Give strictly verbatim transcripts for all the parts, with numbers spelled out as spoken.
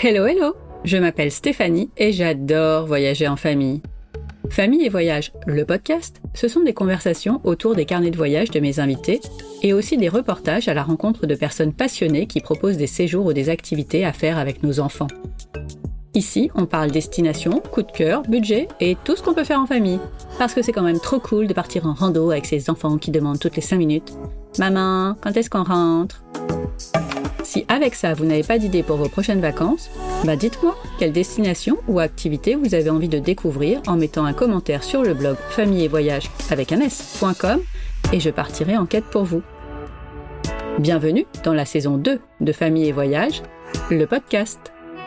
Hello, hello! Je m'appelle Stéphanie et j'adore voyager en famille. Famille et Voyage, le podcast, ce sont des conversations autour des carnets de voyage de mes invités et aussi des reportages à la rencontre de personnes passionnées qui proposent des séjours ou des activités à faire avec nos enfants. Ici, on parle destination, coup de cœur, budget et tout ce qu'on peut faire en famille. Parce que c'est quand même trop cool de partir en rando avec ses enfants qui demandent toutes les cinq minutes « Maman, quand est-ce qu'on rentre ?» Si avec ça, vous n'avez pas d'idée pour vos prochaines vacances, bah dites-moi quelle destination ou activité vous avez envie de découvrir en mettant un commentaire sur le blog famille et voyage avec un s point com et je partirai en quête pour vous. Bienvenue dans la saison deux de Famille et Voyage, le podcast.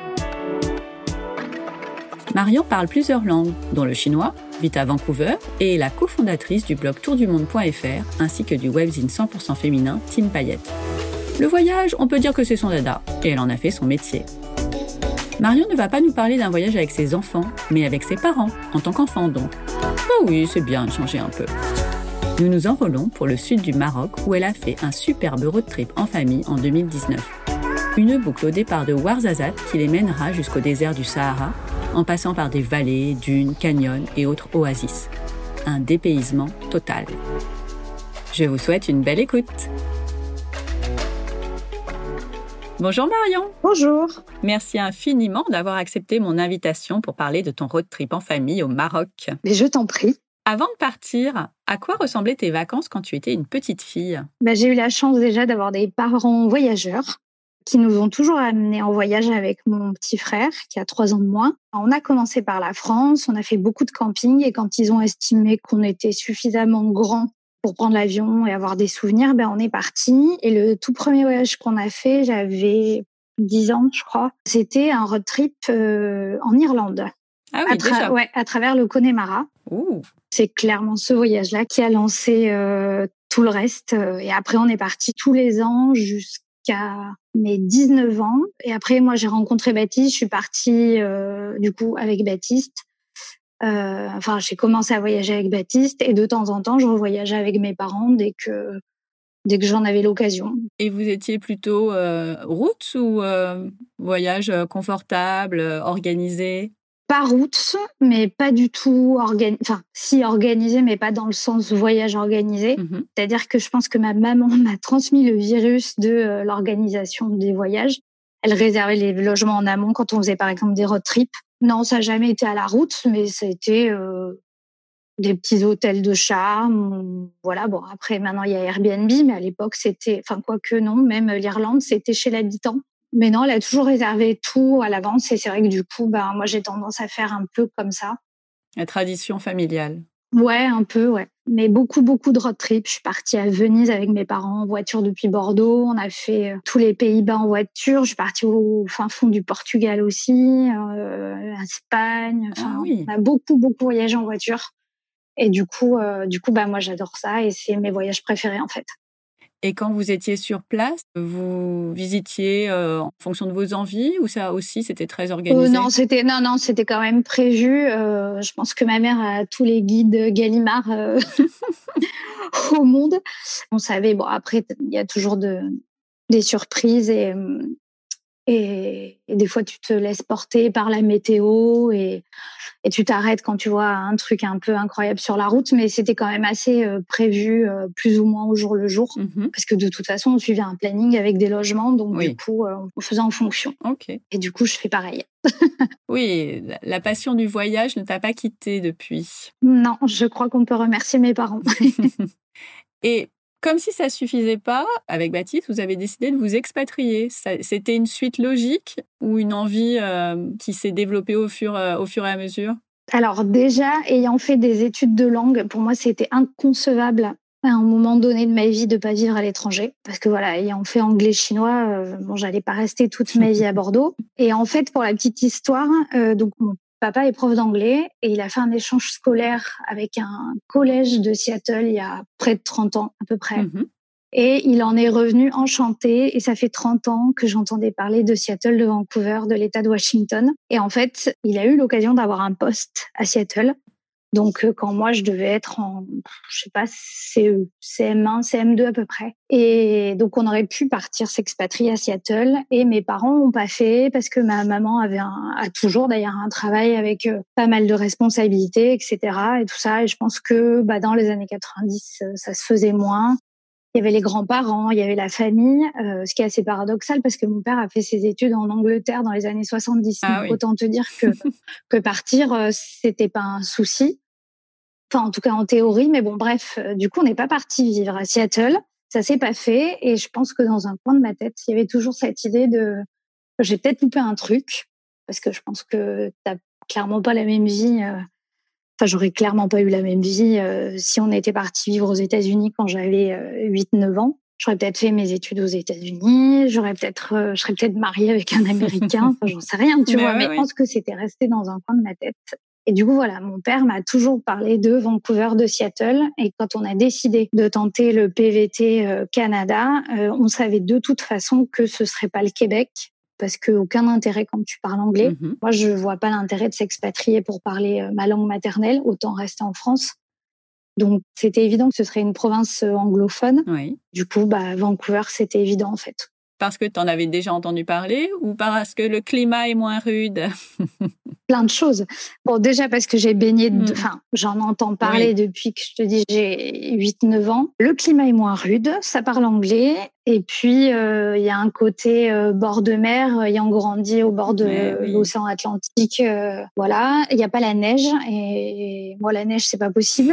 Marion parle plusieurs langues, dont le chinois, vit à Vancouver et est la cofondatrice du blog tour du monde point f r ainsi que du webzine cent pour cent féminin Team Paillette. Le voyage, on peut dire que c'est son dada, et elle en a fait son métier. Marion ne va pas nous parler d'un voyage avec ses enfants, mais avec ses parents, en tant qu'enfant donc. Oh oui, c'est bien de changer un peu. Nous nous envolons pour le sud du Maroc, où elle a fait un superbe road trip en famille en deux mille dix-neuf. Une boucle au départ de Ouarzazate qui les mènera jusqu'au désert du Sahara, en passant par des vallées, dunes, canyons et autres oasis. Un dépaysement total. Je vous souhaite une belle écoute. Bonjour Marion. Bonjour. Merci infiniment d'avoir accepté mon invitation pour parler de ton road trip en famille au Maroc. Mais je t'en prie. Avant de partir, à quoi ressemblaient tes vacances quand tu étais une petite fille ? Bah, j'ai eu la chance déjà d'avoir des parents voyageurs qui nous ont toujours amenés en voyage avec mon petit frère qui a trois ans de moins. On a commencé par la France, on a fait beaucoup de camping et quand ils ont estimé qu'on était suffisamment grands pour prendre l'avion et avoir des souvenirs, ben on est parti. Et le tout premier voyage qu'on a fait, j'avais dix ans, je crois. C'était un road trip euh, en Irlande. Ah oui, à tra- déjà. Ouais, à travers le Connemara. Ouh. C'est clairement ce voyage-là qui a lancé euh, tout le reste. Et après, on est parti tous les ans jusqu'à mes dix-neuf ans. Et après, moi, j'ai rencontré Baptiste. Je suis partie euh, du coup avec Baptiste. Euh, enfin, j'ai commencé à voyager avec Baptiste et de temps en temps, je revoyageais avec mes parents dès que dès que j'en avais l'occasion. Et vous étiez plutôt euh, route ou euh, voyage confortable, organisé ? Pas route, mais pas du tout organisé. Enfin, si organisé, mais pas dans le sens voyage organisé. Mm-hmm. C'est-à-dire que je pense que ma maman m'a transmis le virus de euh, l'organisation des voyages. Elle réservait les logements en amont quand on faisait par exemple des road trips. Non, ça n'a jamais été à la route, mais ça a été euh, des petits hôtels de charme. Voilà, bon, après, maintenant, il y a Airbnb, mais à l'époque, c'était... Enfin, quoique non, même l'Irlande, c'était chez l'habitant. Mais non, elle a toujours réservé tout à l'avance. Et c'est vrai que du coup, ben, moi, j'ai tendance à faire un peu comme ça. La tradition familiale. Ouais, un peu, ouais. Mais beaucoup, beaucoup de road trips. Je suis partie à Venise avec mes parents en voiture depuis Bordeaux. On a fait tous les Pays-Bas en voiture. Je suis partie au fin fond du Portugal aussi, euh, Espagne. Enfin, Ah oui. On a beaucoup, beaucoup voyagé en voiture. Et du coup, euh, du coup, bah moi, j'adore ça et c'est mes voyages préférés en fait. Et quand vous étiez sur place, vous visitiez euh, en fonction de vos envies ou ça aussi c'était très organisé ? euh, Non, c'était non, non, c'était quand même prévu. Euh, je pense que ma mère a tous les guides Gallimard euh, au monde. On savait. Bon, après, il y a toujours de, des surprises et, et et des fois tu te laisses porter par la météo et et tu t'arrêtes quand tu vois un truc un peu incroyable sur la route, mais c'était quand même assez euh, prévu euh, plus ou moins au jour le jour, mm-hmm. parce que de toute façon, on suivait un planning avec des logements, donc oui. du coup, euh, on faisait en fonction. Okay. Et du coup, je fais pareil. Oui, la passion du voyage ne t'a pas quittée depuis. Non, je crois qu'on peut remercier mes parents. Et comme si ça suffisait pas, avec Baptiste, vous avez décidé de vous expatrier. Ça, c'était une suite logique ou une envie euh, qui s'est développée au fur, euh, au fur et à mesure ? Alors déjà, ayant fait des études de langue, pour moi, c'était inconcevable à un moment donné de ma vie de pas vivre à l'étranger. Parce que voilà, ayant fait anglais-chinois, euh, bon, j'allais pas rester toute ma vie à Bordeaux. Et en fait, pour la petite histoire, euh, donc mon papa est prof d'anglais et il a fait un échange scolaire avec un collège de Seattle il y a près de trente ans à peu près. Mm-hmm. Et il en est revenu enchanté. Et ça fait trente ans que j'entendais parler de Seattle, de Vancouver, de l'État de Washington. Et en fait, il a eu l'occasion d'avoir un poste à Seattle. Donc, euh, quand moi, je devais être en, je sais pas, C E, C M un, C M deux à peu près. Et donc, on aurait pu partir s'expatrier à Seattle. Et mes parents l'ont pas fait parce que ma maman avait un, a toujours d'ailleurs un travail avec euh, pas mal de responsabilités, et cetera. Et tout ça. Et je pense que bah, dans les années quatre-vingt-dix, euh, ça se faisait moins. Il y avait les grands-parents, il y avait la famille, euh, ce qui est assez paradoxal parce que mon père a fait ses études en Angleterre dans les années soixante-dix. Ah Donc, oui. autant te dire que, que partir, euh, c'était pas un souci. Enfin, en tout cas, en théorie. Mais bon, bref, euh, du coup, on n'est pas parti vivre à Seattle. Ça s'est pas fait. Et je pense que dans un coin de ma tête, il y avait toujours cette idée de, j'ai peut-être loupé un truc parce que je pense que t'as clairement pas la même vie. euh, Enfin, j'aurais clairement pas eu la même vie euh, si on était parti vivre aux États-Unis quand j'avais euh, huit neuf ans. J'aurais peut-être fait mes études aux États-Unis, j'aurais peut-être, euh, je serais peut-être mariée avec un Américain. Enfin, j'en sais rien, tu Mais vois. ouais, Mais je ouais. pense que c'était resté dans un coin de ma tête. Et du coup, voilà, mon père m'a toujours parlé de Vancouver, de Seattle. Et quand on a décidé de tenter le P V T euh, Canada, euh, on savait de toute façon que ce serait pas le Québec parce que aucun intérêt quand tu parles anglais. Mhm. Moi, je vois pas l'intérêt de s'expatrier pour parler euh, ma langue maternelle, autant rester en France. Donc, c'était évident que ce serait une province euh, anglophone. Oui. Du coup, bah, Vancouver, c'était évident, en fait. Parce que tu en avais déjà entendu parler ou parce que le climat est moins rude? Plein de choses. Bon, déjà parce que j'ai baigné, Mm. enfin, j'en entends parler Oui. depuis que je te dis j'ai huit neuf ans. Le climat est moins rude, ça parle anglais. Et puis, il euh, y a un côté euh, bord de mer, ayant grandi au bord de Mais oui. l'océan Atlantique. Euh, voilà, il n'y a pas la neige. Et moi, la neige, c'est pas possible.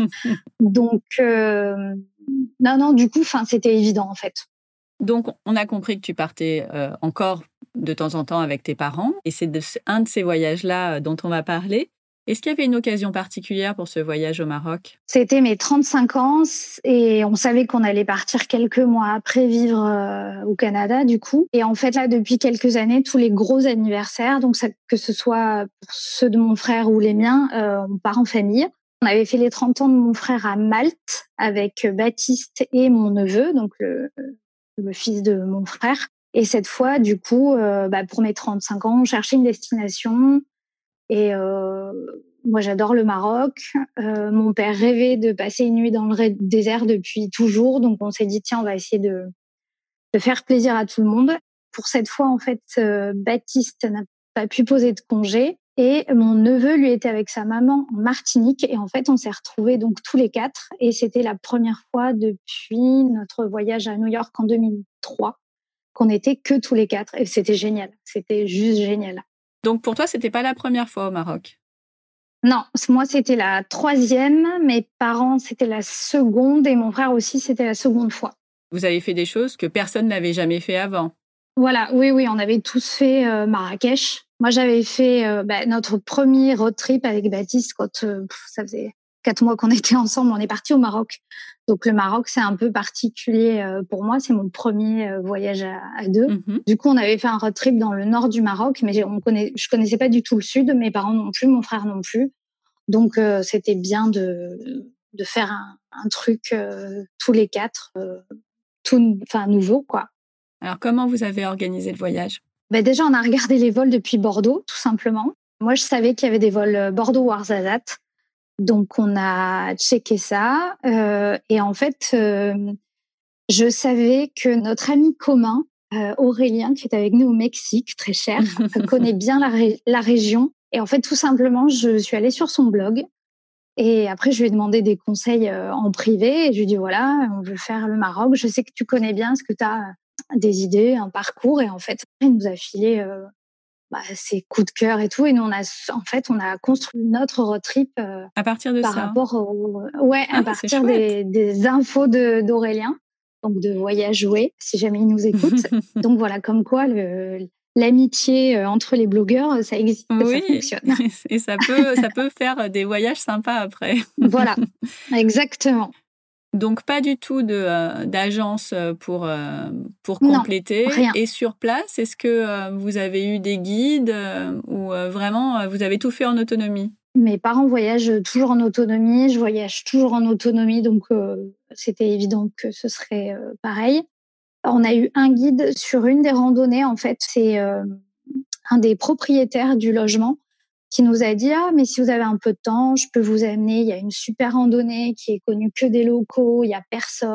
Donc, euh, non, non, du coup, c'était évident, en fait. Donc, on a compris que tu partais euh, encore de temps en temps avec tes parents. Et c'est de, un de ces voyages-là euh, dont on va parler. Est-ce qu'il y avait une occasion particulière pour ce voyage au Maroc? C'était mes trente-cinq ans et on savait qu'on allait partir quelques mois après vivre euh, au Canada, du coup. Et en fait, là, depuis quelques années, tous les gros anniversaires, donc ça, que ce soit pour ceux de mon frère ou les miens, euh, on part en famille. On avait fait les trente ans de mon frère à Malte avec Baptiste et mon neveu, donc le, le fils de mon frère. Et cette fois, du coup, euh, bah, pour mes trente-cinq ans, on cherchait une destination. Et euh, moi, j'adore le Maroc. Euh, mon père rêvait de passer une nuit dans le désert depuis toujours. Donc, on s'est dit, tiens, on va essayer de, de faire plaisir à tout le monde. Pour cette fois, en fait, euh, Baptiste n'a pas pu poser de congé. Et mon neveu, lui, était avec sa maman en Martinique. Et en fait, on s'est retrouvés donc tous les quatre. Et c'était la première fois depuis notre voyage à New York en deux mille trois qu'on n'était que tous les quatre. Et c'était génial. C'était juste génial. Donc, pour toi, c'était pas la première fois au Maroc? Non, moi, c'était la troisième. Mes parents, c'était la seconde. Et mon frère aussi, c'était la seconde fois. Vous avez fait des choses que personne n'avait jamais fait avant? Voilà, oui, oui, on avait tous fait euh, Marrakech. Moi, j'avais fait euh, bah, notre premier road trip avec Baptiste quand euh, pff, ça faisait quatre mois qu'on était ensemble. On est parti au Maroc. Donc, le Maroc, c'est un peu particulier euh, pour moi. C'est mon premier euh, voyage à, à deux. Mm-hmm. Du coup, on avait fait un road trip dans le nord du Maroc, mais on connaît, je connaissais pas du tout le sud. Mes parents non plus, mon frère non plus. Donc, euh, c'était bien de, de faire un, un truc euh, tous les quatre, euh, tout, enfin nouveau, quoi. Alors, comment vous avez organisé le voyage? Ben déjà, on a regardé les vols depuis Bordeaux, tout simplement. Moi, je savais qu'il y avait des vols Bordeaux-Ouarzazate. Donc, on a checké ça. Euh, et en fait, euh, je savais que notre ami commun, euh, Aurélien, qui est avec nous au Mexique, très cher, connaît bien la, ré- la région. Et en fait, tout simplement, je suis allée sur son blog. Et après, je lui ai demandé des conseils euh, en privé. Et je lui ai dit, voilà, on veut faire le Maroc. Je sais que tu connais bien, est-ce que tu as des idées, un parcours? Et en fait, il nous a filé euh, bah, ses coups de cœur et tout. Et nous, on a, en fait, on a construit notre road trip euh, à partir de par ça. rapport au, ouais, ah, à partir des, des infos de, d'Aurélien, donc de Voyage Joué, si jamais il nous écoute. Donc voilà, comme quoi le l'amitié entre les blogueurs, ça existe, oui, ça fonctionne. Et ça peut, ça peut faire des voyages sympas après. Voilà, exactement. Donc, pas du tout de, euh, d'agence pour, euh, pour compléter. Non, rien. Et sur place, est-ce que euh, vous avez eu des guides euh, ou euh, vraiment, euh, vous avez tout fait en autonomie? Mes parents voyagent toujours en autonomie, je voyage toujours en autonomie, donc euh, c'était évident que ce serait euh, pareil. On a eu un guide sur une des randonnées, en fait, c'est euh, un des propriétaires du logement qui nous a dit « Ah, mais si vous avez un peu de temps, je peux vous amener. Il y a une super randonnée qui est connue que des locaux, il y a personne. »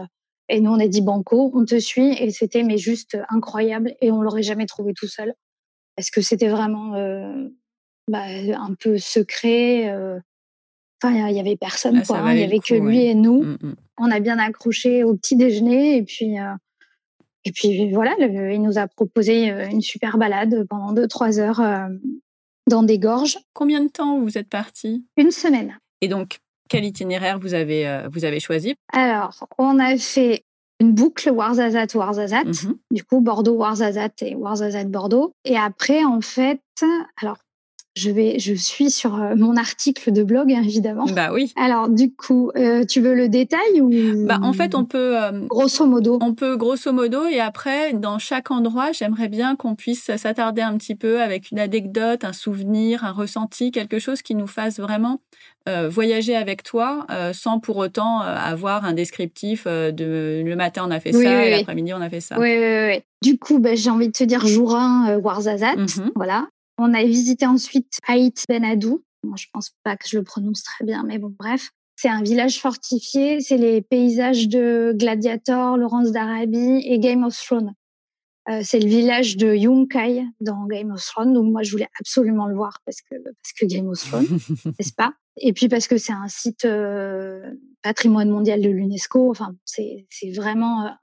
Et nous, on a dit « Banco, on te suit. » Et c'était mais juste incroyable. Et on l'aurait jamais trouvé tout seul. Parce que c'était vraiment euh, bah, un peu secret. Euh... Enfin, il y avait personne, Là, quoi. ça Hein. Il y valait avait le coup, que lui ouais. et nous. Mm-mm. On a bien accroché au petit déjeuner. Et puis, euh... et puis voilà, le... il nous a proposé une super balade pendant deux, trois heures euh, dans des gorges. Combien de temps vous êtes partis ? Une semaine. Et donc, quel itinéraire vous avez, euh, vous avez choisi ? Alors, on a fait une boucle Ouarzazate-Ouarzazate. Mm-hmm. Du coup, Bordeaux-Ouarzazate et Ouarzazate-Bordeaux. Et après, en fait, alors, je vais, je suis sur mon article de blog, hein, évidemment. Bah oui. Alors, du coup, euh, tu veux le détail ou... Bah, en fait, on peut... Euh, grosso modo. On peut grosso modo, et après, dans chaque endroit, j'aimerais bien qu'on puisse s'attarder un petit peu avec une anecdote, un souvenir, un ressenti, quelque chose qui nous fasse vraiment euh, voyager avec toi, euh, sans pour autant euh, avoir un descriptif euh, de le matin on a fait oui, ça, oui, et oui. l'après-midi on a fait ça. Oui, oui, oui. Du coup, bah, j'ai envie de te dire jour un, euh, Ouarzazate, mm-hmm. Voilà. On a visité ensuite Aït Ben Haddou. Bon, je pense pas que je le prononce très bien, mais bon, bref. C'est un village fortifié. C'est les paysages de Gladiator, Laurence d'Arabie et Game of Thrones. Euh, c'est le village de Yunkai dans Game of Thrones. Donc moi, je voulais absolument le voir parce que parce que Game of Thrones, n'est-ce pas ? Et puis parce que c'est un site euh, patrimoine mondial de l'UNESCO. Enfin, c'est c'est vraiment euh,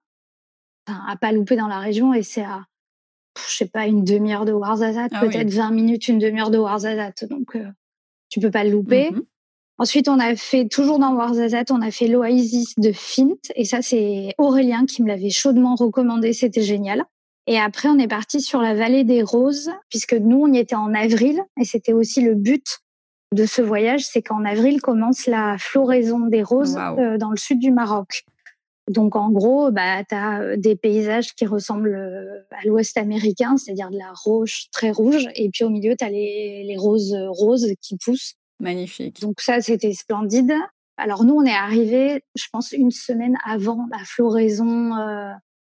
à pas louper dans la région et c'est à je sais pas, une demi-heure de Ouarzazate, ah, peut-être oui. vingt minutes, une demi-heure de Ouarzazate. Donc, euh, tu peux pas le louper. Mm-hmm. Ensuite, on a fait, toujours dans Ouarzazate, on a fait l'oasis de Fint. Et ça, c'est Aurélien qui me l'avait chaudement recommandé. C'était génial. Et après, on est parti sur la vallée des Roses, puisque nous, on y était en avril. Et c'était aussi le but de ce voyage, c'est qu'en avril commence la floraison des roses wow. euh, dans le sud du Maroc. Donc, en gros, bah, tu as des paysages qui ressemblent à l'ouest américain, c'est-à-dire de la roche très rouge. Et puis, au milieu, tu as les, les roses roses qui poussent. Magnifique. Donc, ça, c'était splendide. Alors, nous, on est arrivés, je pense, une semaine avant la floraison euh,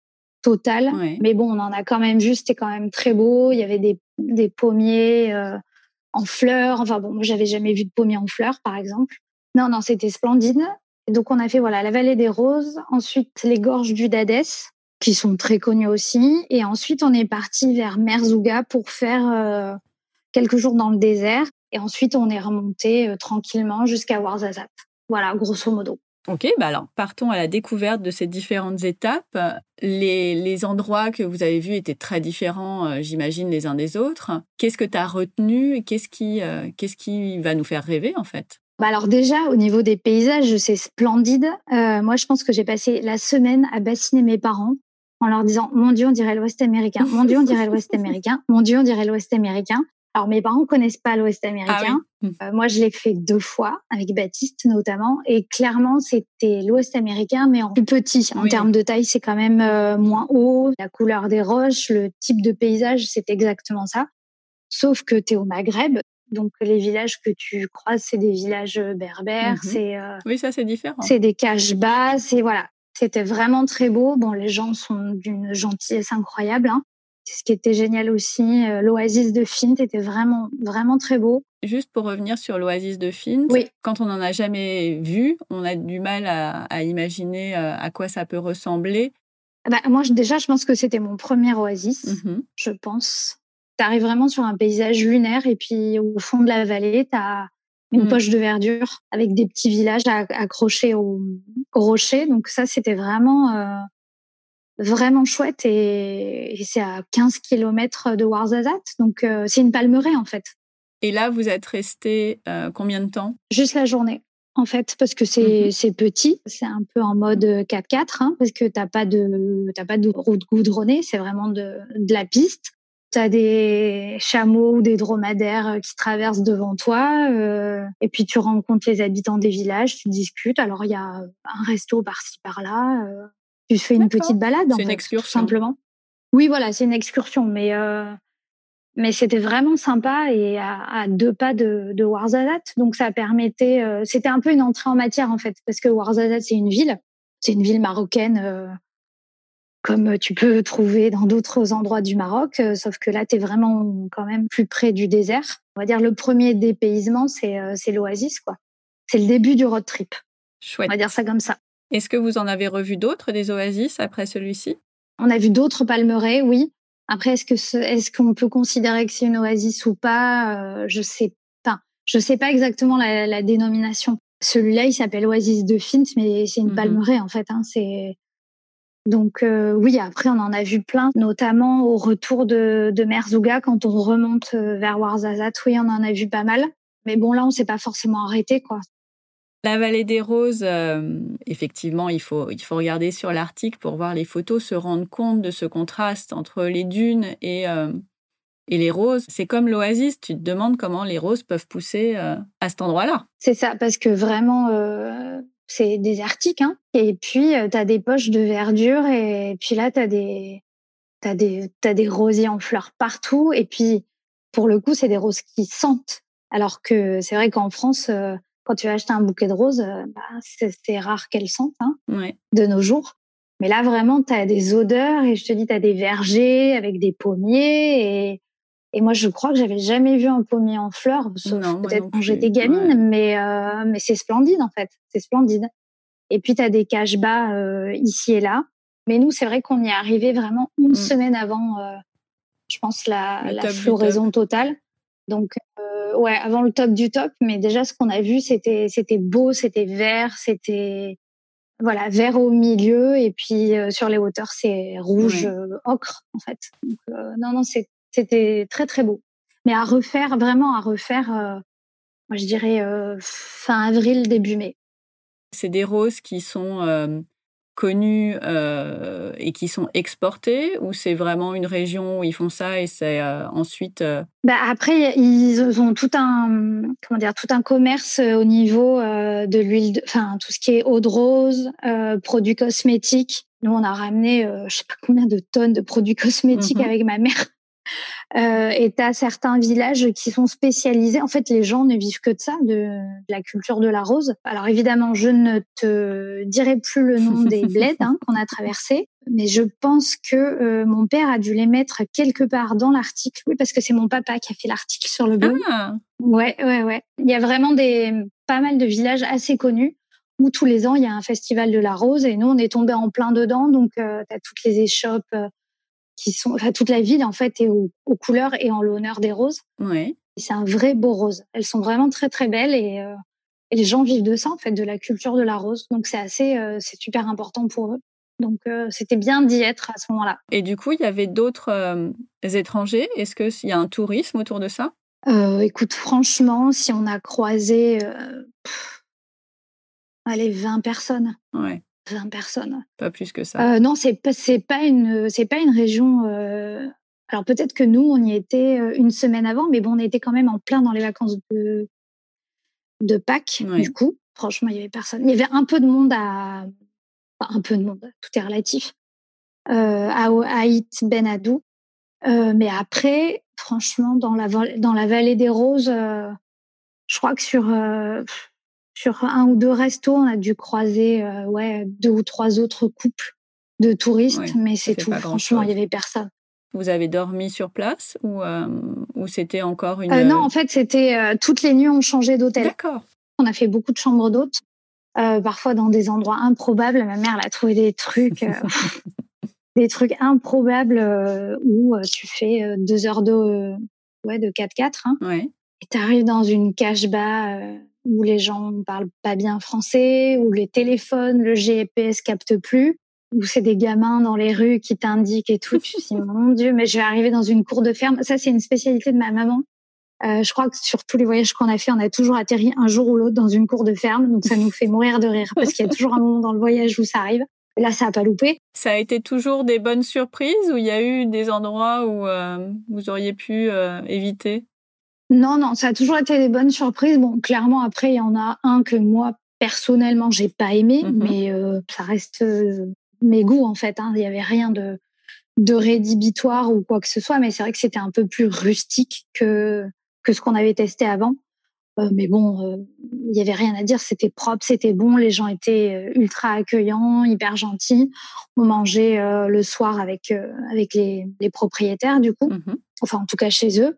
totale. Ouais. Mais bon, on en a quand même vu, c'était quand même très beau. Il y avait des, des pommiers euh, en fleurs. Enfin, bon, moi, j'avais jamais vu de pommiers en fleurs, par exemple. Non, non, c'était splendide. Donc, on a fait voilà la vallée des Roses, ensuite les gorges du Dadès, qui sont très connues aussi. Et ensuite, on est parti vers Merzouga pour faire euh, quelques jours dans le désert. Et ensuite, on est remonté euh, tranquillement jusqu'à Ouarzazate. Voilà, grosso modo. Ok, bah alors partons à la découverte de ces différentes étapes. Les, les endroits que vous avez vus étaient très différents, euh, j'imagine, les uns des autres. Qu'est-ce que tu as retenu et qu'est-ce qui, euh, qu'est-ce qui va nous faire rêver, en fait ? Bah alors déjà, au niveau des paysages, c'est splendide. Euh, moi, je pense que j'ai passé la semaine à bassiner mes parents en leur disant « Mon Dieu, on dirait l'Ouest américain. Mon Dieu, on dirait l'Ouest américain. Mon Dieu, on dirait l'Ouest américain. » Alors, mes parents connaissent pas l'Ouest américain. Ah oui. euh, moi, je l'ai fait deux fois, avec Baptiste notamment. Et clairement, c'était l'Ouest américain, mais en plus petit. En oui. termes de taille, c'est quand même euh, moins haut. La couleur des roches, le type de paysage, c'est exactement ça. Sauf que tu es au Maghreb. Donc, les villages que tu croises, c'est des villages berbères. Mm-hmm. C'est, euh, oui, ça, c'est différent. C'est des Kashbas. C'est, voilà. C'était vraiment très beau. Bon, les gens sont d'une gentillesse incroyable, hein. Ce qui était génial aussi, euh, l'oasis de Fint était vraiment, vraiment très beau. Juste pour revenir sur l'oasis de Fint, oui. Quand on n'en a jamais vu, on a du mal à, à imaginer euh, à quoi ça peut ressembler. Bah, moi, je, déjà, je pense que c'était mon premier oasis, mm-hmm. je pense. Tu arrives vraiment sur un paysage lunaire et puis au fond de la vallée, tu as une mm. poche de verdure avec des petits villages accrochés au, au rocher. Donc ça, c'était vraiment... Euh, vraiment chouette et, et c'est à quinze kilomètres de Ouarzazate. Donc, euh, c'est une palmeraie, en fait. Et là, vous êtes resté euh, combien de temps ? Juste la journée, en fait, parce que c'est, mm-hmm. c'est petit. C'est un peu en mode quatre quatre, hein, parce que t'as pas de, t'as pas de route goudronnée. C'est vraiment de, de la piste. T'as des chameaux ou des dromadaires qui traversent devant toi. Euh, et puis, tu rencontres les habitants des villages, tu discutes. Alors, il y a un resto par-ci, par-là. Euh, Tu fais une D'accord. petite balade, en c'est fait, une excursion. tout simplement. Oui, voilà, c'est une excursion, mais euh, mais c'était vraiment sympa et à, à deux pas de, de Ouarzazate, donc ça permettait. Euh, c'était un peu une entrée en matière, en fait, parce que Ouarzazate, c'est une ville, c'est une ville marocaine, euh, comme tu peux trouver dans d'autres endroits du Maroc, euh, sauf que là, t'es vraiment quand même plus près du désert. on va dire le premier dépaysement, c'est, euh, c'est l'Oasis, quoi. C'est le début du road trip. Chouette. On va dire ça comme ça. Est-ce que vous en avez revu d'autres, des oasis, après celui-ci? On a vu d'autres palmeraies, oui. Après, est-ce que ce, est-ce qu'on peut considérer que c'est une oasis ou pas? euh, Je sais pas. Je sais pas exactement la, la dénomination. Celui-là, il s'appelle Oasis de Fint, mais c'est une Mhm. palmeraie en fait. Hein. C'est donc euh, oui. Après, on en a vu plein, notamment au retour de, de Merzouga quand on remonte euh, vers Ouarzazate. Oui, on en a vu pas mal. Mais bon, là, on s'est pas forcément arrêté, quoi. La vallée des Roses, euh, effectivement, il faut, il faut regarder sur l'article pour voir les photos, se rendre compte de ce contraste entre les dunes et, euh, et les roses. C'est comme l'oasis, tu te demandes comment les roses peuvent pousser euh, à cet endroit-là. C'est ça, parce que vraiment, euh, c'est désertique, hein. Et puis, euh, t'as des poches de verdure, et puis là, t'as des, t'as des, t'as des rosiers en fleurs partout. Et puis, pour le coup, c'est des roses qui sentent. Alors que c'est vrai qu'en France, euh, quand tu vas acheter un bouquet de roses, euh, bah, c'est, c'est rare qu'elles sentent, hein, Ouais. de nos jours. Mais là, vraiment, t'as des odeurs, et je te dis, t'as des vergers avec des pommiers, et et moi, je crois que j'avais jamais vu un pommier en fleurs, sauf Non, moi peut-être non quand plus. j'étais gamine, Ouais. mais euh, mais c'est splendide en fait, c'est splendide. Et puis t'as des caches bas euh, ici et là, mais nous c'est vrai qu'on y est arrivé vraiment une Mm. semaine avant, euh, je pense la Le la top du top. floraison totale. Donc euh, ouais, avant le top du top, mais déjà ce qu'on a vu c'était c'était beau, c'était vert, c'était voilà vert au milieu, et puis euh, sur les hauteurs c'est rouge Ouais. euh, ocre en fait. Donc euh, non non c'est, c'était très très beau. Mais à refaire, vraiment à refaire, euh, moi je dirais euh, fin avril, début mai. C'est des roses qui sont euh, connues euh, et qui sont exportées, ou c'est vraiment une région où ils font ça et c'est euh, ensuite... euh, Bah après, ils ont tout un, comment dire, tout un commerce au niveau euh, de l'huile, de, enfin tout ce qui est eau de rose, euh, produits cosmétiques. Nous, on a ramené, euh, je sais pas combien de tonnes de produits cosmétiques Mhm. avec ma mère. Euh, et t'as certains villages qui sont spécialisés. En fait, les gens ne vivent que de ça, de, de la culture de la rose. Alors évidemment, je ne te dirai plus le nom des bleds hein, qu'on a traversés, mais je pense que euh, mon père a dû les mettre quelque part dans l'article. Oui, parce que c'est mon papa qui a fait l'article sur le blog. Ah, Ouais, ouais, ouais. Il y a vraiment des pas mal de villages assez connus où tous les ans il y a un festival de la rose, et nous on est tombé en plein dedans. Donc euh, t'as toutes les échoppes. Euh, qui sont, enfin, toute la ville en fait est aux, aux couleurs et en l'honneur des roses. ouais. Et c'est un vrai beau rose. Elles sont vraiment très très belles, et, euh, et les gens vivent de ça en fait, de la culture de la rose. Donc c'est assez, euh, c'est super important pour eux. Donc euh, c'était bien d'y être à ce moment-là. Et du coup, il y avait d'autres euh, étrangers. Est-ce qu'il y a un tourisme autour de ça? Euh, écoute, franchement, si on a croisé, euh, pff, allez, vingt personnes, Ouais, vingt personnes. pas plus que ça. Euh, non, c'est pas, c'est pas une, c'est pas une région. Euh... Alors peut-être que nous, on y était euh, une semaine avant, mais bon, on était quand même en plein dans les vacances de de Pâques. Ouais. Du coup, franchement, il y avait personne. Il y avait un peu de monde à, enfin, un peu de monde, tout est relatif, euh, à Haït Ben Hadou. Euh, mais après, franchement, dans la dans la vallée des Roses, euh, je crois que sur euh, sur un ou deux restos, on a dû croiser euh, ouais deux ou trois autres couples de touristes, Ouais, mais ça c'est fait tout. pas Franchement, il y grand-chose. avait personne. Vous avez dormi sur place ou, euh, ou c'était encore une... Euh, non, en fait, c'était euh, toutes les nuits, on changeait d'hôtel. D'accord. On a fait beaucoup de chambres d'hôtes, euh, parfois dans des endroits improbables. Ma mère, elle a trouvé des trucs, euh, des trucs improbables euh, où euh, tu fais euh, deux heures de, euh, ouais, de quatre quatre, hein, Ouais. et t'arrives dans une cache-bas euh, où les gens parlent pas bien français, où les téléphones, le G P S capte plus, où c'est des gamins dans les rues qui t'indiquent et tout. Tu te dis, mon Dieu, mais je vais arriver dans une cour de ferme. Ça, c'est une spécialité de ma maman. Euh, je crois que sur tous les voyages qu'on a fait, on a toujours atterri un jour ou l'autre dans une cour de ferme. Donc ça nous fait mourir de rire parce qu'il y a toujours un moment dans le voyage où ça arrive. Et là, ça a pas loupé. Ça a été toujours des bonnes surprises, ou il y a eu des endroits où euh, vous auriez pu euh, éviter? Non, non, ça a toujours été des bonnes surprises. Bon, clairement, après, il y en a un que moi, personnellement, j'ai pas aimé, Mm-hmm. mais euh, ça reste euh, mes goûts, en fait. Hein. Il y avait rien de, de rédhibitoire ou quoi que ce soit, mais c'est vrai que c'était un peu plus rustique que, que ce qu'on avait testé avant. Euh, mais bon, euh, il y avait rien à dire. C'était propre, c'était bon. Les gens étaient euh, ultra accueillants, hyper gentils. On mangeait euh, le soir avec, euh, avec les, les propriétaires, du coup. Mm-hmm. Enfin, en tout cas, chez eux.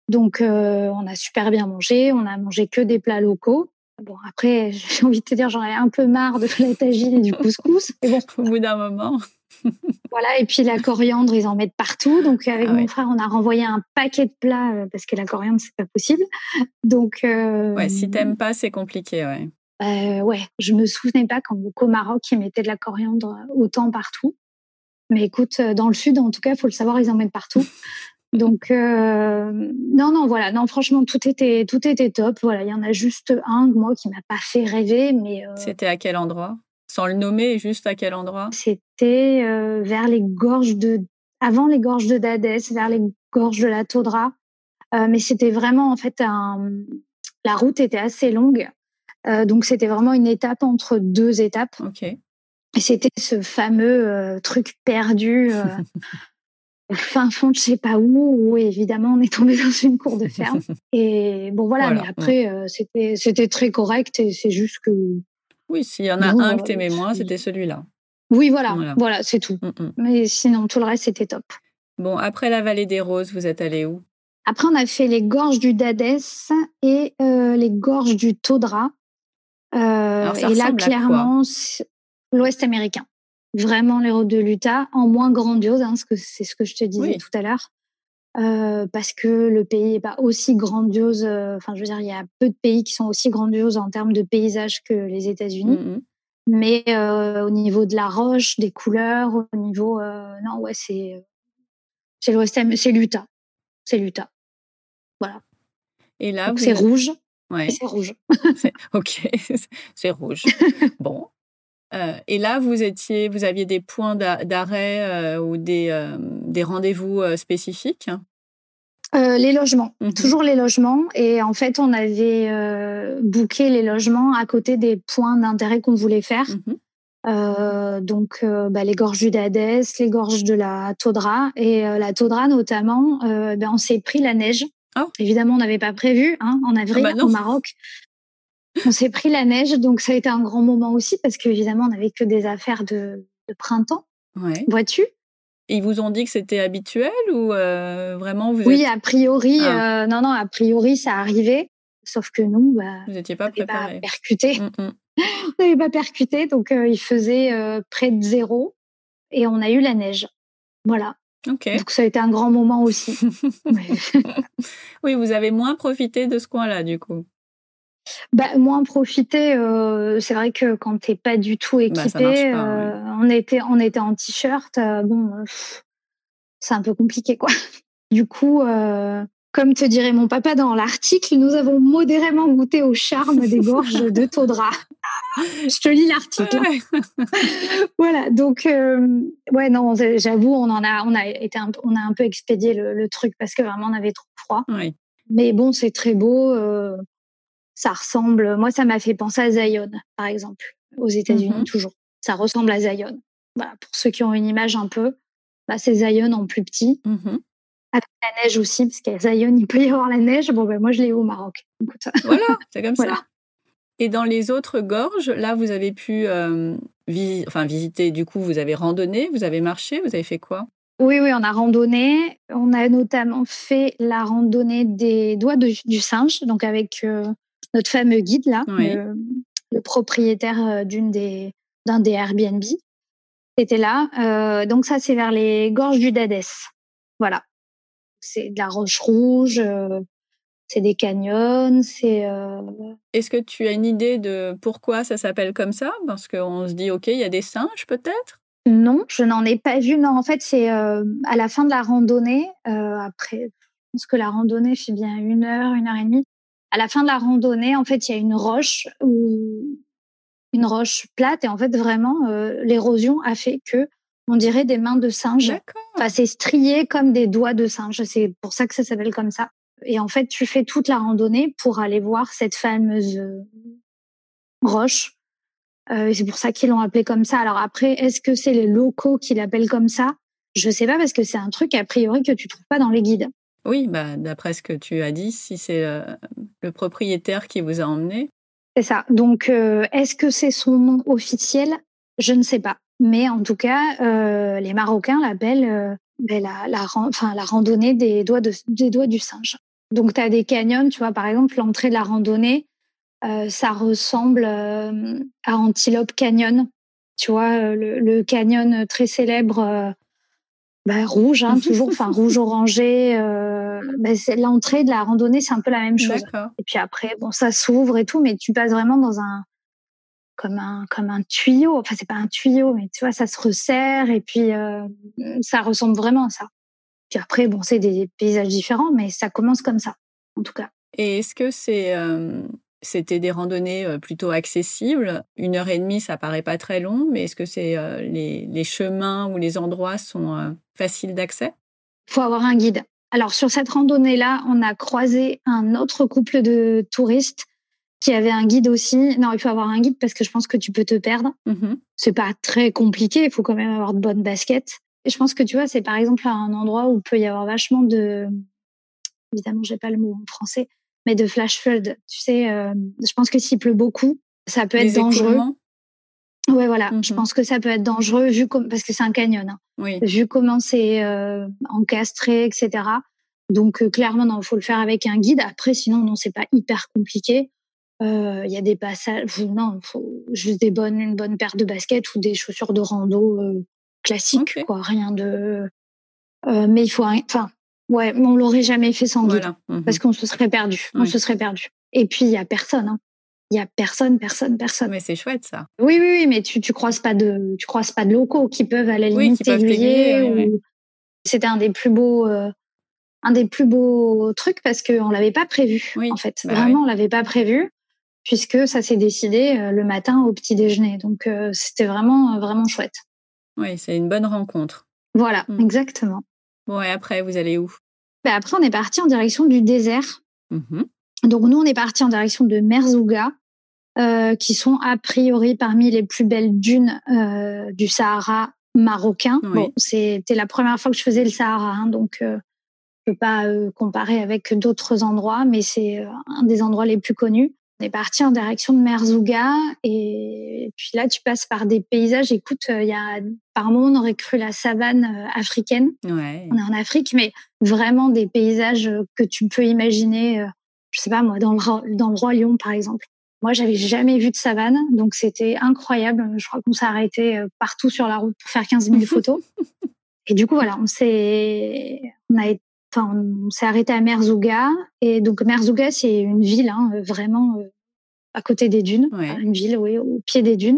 Donc, euh, on a super bien mangé. On a mangé que des plats locaux. Bon, après, j'ai envie de te dire, j'en avais un peu marre de la tagine et du couscous. Mais bon. Au bout d'un moment. Voilà, et puis la coriandre, ils en mettent partout. Donc, avec Ah mon ouais. frère, on a renvoyé un paquet de plats euh, parce que la coriandre, c'est pas possible. Donc, euh, Ouais, si t'aimes pas, c'est compliqué, ouais. euh, ouais, je me souvenais pas quand qu'au Maroc, ils mettaient de la coriandre autant partout. Mais écoute, dans le sud, en tout cas, il faut le savoir, ils en mettent partout. Donc, euh, non, non, voilà. Non, franchement, tout était, tout était top. Voilà, il y en a juste un, moi, qui m'a pas fait rêver, mais... Euh, C'était à quel endroit? Sans le nommer, juste à quel endroit? C'était euh, vers les gorges de... Avant les gorges de Dadès, vers les gorges de la Taudra. Euh, mais c'était vraiment, en fait, un... la route était assez longue. Euh, donc, c'était vraiment une étape entre deux étapes. Ok. Et c'était ce fameux euh, truc perdu... Euh, au fin fond de je sais pas où, où évidemment on est tombé dans une cour de ferme. Et bon voilà, Voilà. mais après euh, c'était c'était très correct et c'est juste que oui, s'il y en a bon, un euh, que t'aimais moins, c'était celui-là. Oui voilà, Voilà, voilà c'est tout. Mm-mm. Mais sinon tout le reste c'était top. Bon, après la vallée des Roses, vous êtes allé où? Après on a fait les gorges du Dadès et euh, les gorges du Taudra. Euh, Alors ça et là ressemble à quoi? clairement l'Ouest américain. Vraiment les routes de l'Utah en moins grandiose, hein, parce que c'est ce que je te disais Oui. tout à l'heure. Euh, parce que le pays n'est pas aussi grandiose. Enfin, euh, je veux dire, il y a peu de pays qui sont aussi grandioses en termes de paysage que les États-Unis. Mm-hmm. Mais euh, au niveau de la roche, des couleurs, au niveau, euh, non, ouais, c'est c'est l'Ouest, c'est l'Utah, c'est l'Utah. Voilà. Et là, donc vous c'est êtes... rouge. Ouais. Et c'est rouge. c'est... Ok, c'est rouge. Bon. Euh, et là, vous étiez, vous aviez des points d'arrêt euh, ou des, euh, des rendez-vous euh, spécifiques? Euh, les logements, mm-hmm. toujours les logements. Et en fait, on avait euh, booké les logements à côté des points d'intérêt qu'on voulait faire. Mm-hmm. Euh, donc, euh, bah, les gorges du Dadès, les gorges de la Taudra. Et euh, la Taudra, notamment, euh, ben, on s'est pris la neige. Oh. Évidemment, on n'avait pas prévu, hein, en avril, ah bah au Maroc. On s'est pris la neige, donc ça a été un grand moment aussi, parce qu'évidemment, on n'avait que des affaires de, de printemps. Ouais. Vois-tu? Et ils vous ont dit que c'était habituel ou euh, vraiment vous Oui, êtes... a priori, ah. euh, non, non, a priori, ça arrivait. Sauf que nous, bah, vous n'étiez pas préparés. Pas percuté. Mm-mm. On n'avait pas percuté, donc euh, il faisait euh, près de zéro et on a eu la neige. Voilà. Okay. Donc ça a été un grand moment aussi. Oui, vous avez moins profité de ce coin-là, du coup. Bah, moins profité, euh, c'est vrai que quand t'es pas du tout équipé, bah, ça marche pas, euh, ouais. on était, on était en t-shirt, euh, bon, euh, c'est un peu compliqué, quoi. Du coup, euh, comme te dirait mon papa dans l'article, nous avons modérément goûté au charme des gorges de Taudra. Je te lis l'article. Ouais. Voilà, donc euh, ouais, non, j'avoue, on en a, on a été, un, on a un peu expédié le, le truc parce que vraiment on avait trop froid. Oui. Mais bon, c'est très beau. Euh, ça ressemble. Moi, ça m'a fait penser à Zion, par exemple, aux États-Unis, mm-hmm. toujours. Ça ressemble à Zion. Voilà, pour ceux qui ont une image un peu, bah, c'est Zion en plus petit. Mm-hmm. Avec la neige aussi, parce qu'à Zion, il peut y avoir la neige. Bon, ben moi, je l'ai eu au Maroc. Écoute. Voilà, c'est comme voilà. ça. Et dans les autres gorges, là, vous avez pu euh, visi- enfin, visiter, du coup, vous avez randonné, vous avez marché, vous avez fait quoi? Oui, oui, on a randonné. On a notamment fait la randonnée des doigts de, du singe, donc avec euh, notre fameux guide, là, oui. le, le propriétaire d'une des, d'un des Airbnb. C'était là. Euh, donc ça, c'est vers les gorges du Dadès. Voilà. C'est de la roche rouge, euh, c'est des canyons, c'est... Euh... Est-ce que tu as une idée de pourquoi ça s'appelle comme ça? Parce qu'on se dit, OK, il y a des singes peut-être? Non, je n'en ai pas vu. Non, en fait, c'est euh, à la fin de la randonnée, euh, après, je pense que la randonnée fait bien une heure, une heure et demie. À la fin de la randonnée, en fait, il y a une roche, ou une roche plate, et en fait, vraiment, euh, l'érosion a fait que on dirait des mains de singe. D'accord. Enfin, c'est strié comme des doigts de singe. C'est pour ça que ça s'appelle comme ça. Et en fait, tu fais toute la randonnée pour aller voir cette fameuse roche. Euh, c'est pour ça qu'ils l'ont appelé comme ça. Alors après, est-ce que c'est les locaux qui l'appellent comme ça? Je sais pas, parce que c'est un truc, a priori, que tu trouves pas dans les guides. Oui, bah, d'après ce que tu as dit, si c'est euh, le propriétaire qui vous a emmené. C'est ça. Donc, euh, est-ce que c'est son nom officiel? Je ne sais pas. Mais en tout cas, euh, les Marocains l'appellent euh, ben, la, la, enfin, la randonnée des doigts, de, des doigts du singe. Donc, tu as des canyons, tu vois, par exemple, l'entrée de la randonnée, euh, ça ressemble euh, à Antelope Canyon. Tu vois, le, le canyon très célèbre, euh, bah, rouge, hein, toujours, enfin rouge orangé. Euh, bah, c'est l'entrée de la randonnée, c'est un peu la même chose. D'accord. Et puis après, bon, ça s'ouvre et tout, mais tu passes vraiment dans un comme un comme un tuyau. Enfin, c'est pas un tuyau, mais tu vois, ça se resserre et puis euh, ça ressemble vraiment à ça. Puis après, bon, c'est des paysages différents, mais ça commence comme ça, en tout cas. Et est-ce que c'est, euh, c'était des randonnées euh, plutôt accessibles? Une heure et demie, ça paraît pas très long, mais est-ce que c'est euh, les, les chemins ou les endroits sont euh, faciles d'accès? Il faut avoir un guide. Alors, sur cette randonnée-là, on a croisé un autre couple de touristes qui avait un guide aussi. Non, il faut avoir un guide parce que je pense que tu peux te perdre. Mm-hmm. C'est pas très compliqué, il faut quand même avoir de bonnes baskets. Et je pense que tu vois, c'est par exemple un endroit où il peut y avoir vachement de, évidemment, j'ai pas le mot en français, mais de flash flood. Tu sais, euh, je pense que s'il pleut beaucoup, ça peut être Des dangereux. écoulements? Ouais, voilà. Mm-hmm. Je pense que ça peut être dangereux vu comme parce que c'est un canyon. Hein. Oui. Vu comment c'est euh, encastré, et cetera. Donc euh, clairement, non, faut le faire avec un guide. Après, sinon, non, c'est pas hyper compliqué. Il euh, y a des passages. Non, faut juste des bonnes, une bonne paire de baskets ou des chaussures de rando euh, classiques, Okay. quoi. Rien de. Euh, mais il faut. Enfin, ouais, mais on l'aurait jamais fait sans guide Voilà. Mm-hmm. parce qu'on se serait perdu. Oui. On se serait perdu. Et puis il y a personne. Hein. Il y a personne, personne, personne. Mais c'est chouette ça. Oui, oui, oui, mais tu tu croises pas de tu croises pas de locaux qui peuvent à la limite Oui, qui peuvent t'aiguiller. t'aiguiller. Oui, Ou... oui. C'était un des plus beaux euh, un des plus beaux trucs parce qu'on l'avait pas prévu. Oui. En fait, Bah vraiment, oui. on l'avait pas prévu puisque ça s'est décidé euh, le matin au petit déjeuner. Donc euh, c'était vraiment vraiment chouette. Oui, c'est une bonne rencontre. Voilà, Mm. exactement. Bon, et après, vous allez où? Ben après, on est parti en direction du désert. Mm-hmm. Donc nous, on est parti en direction de Merzouga. Euh, qui sont a priori parmi les plus belles dunes euh, du Sahara marocain. Oui. Bon, c'était la première fois que je faisais le Sahara, hein, donc euh, je peux pas euh, comparer avec d'autres endroits, mais c'est euh, un des endroits les plus connus. On est parti en direction de Merzouga et puis là, tu passes par des paysages. Écoute, il euh, y a par moment, on aurait cru la savane euh, africaine. Ouais. On est en Afrique, mais vraiment des paysages que tu peux imaginer. Euh, je sais pas moi, dans le dans le Roi Lion, par exemple. Moi, j'avais jamais vu de savane, donc c'était incroyable. Je crois qu'on s'est arrêté partout sur la route pour faire quinze mille photos. Et du coup, voilà, on s'est, on a, enfin, on s'est arrêté à Merzouga. Et donc, Merzouga, c'est une ville, hein, vraiment euh, à côté des dunes. Ouais. Enfin, une ville, oui, au pied des dunes.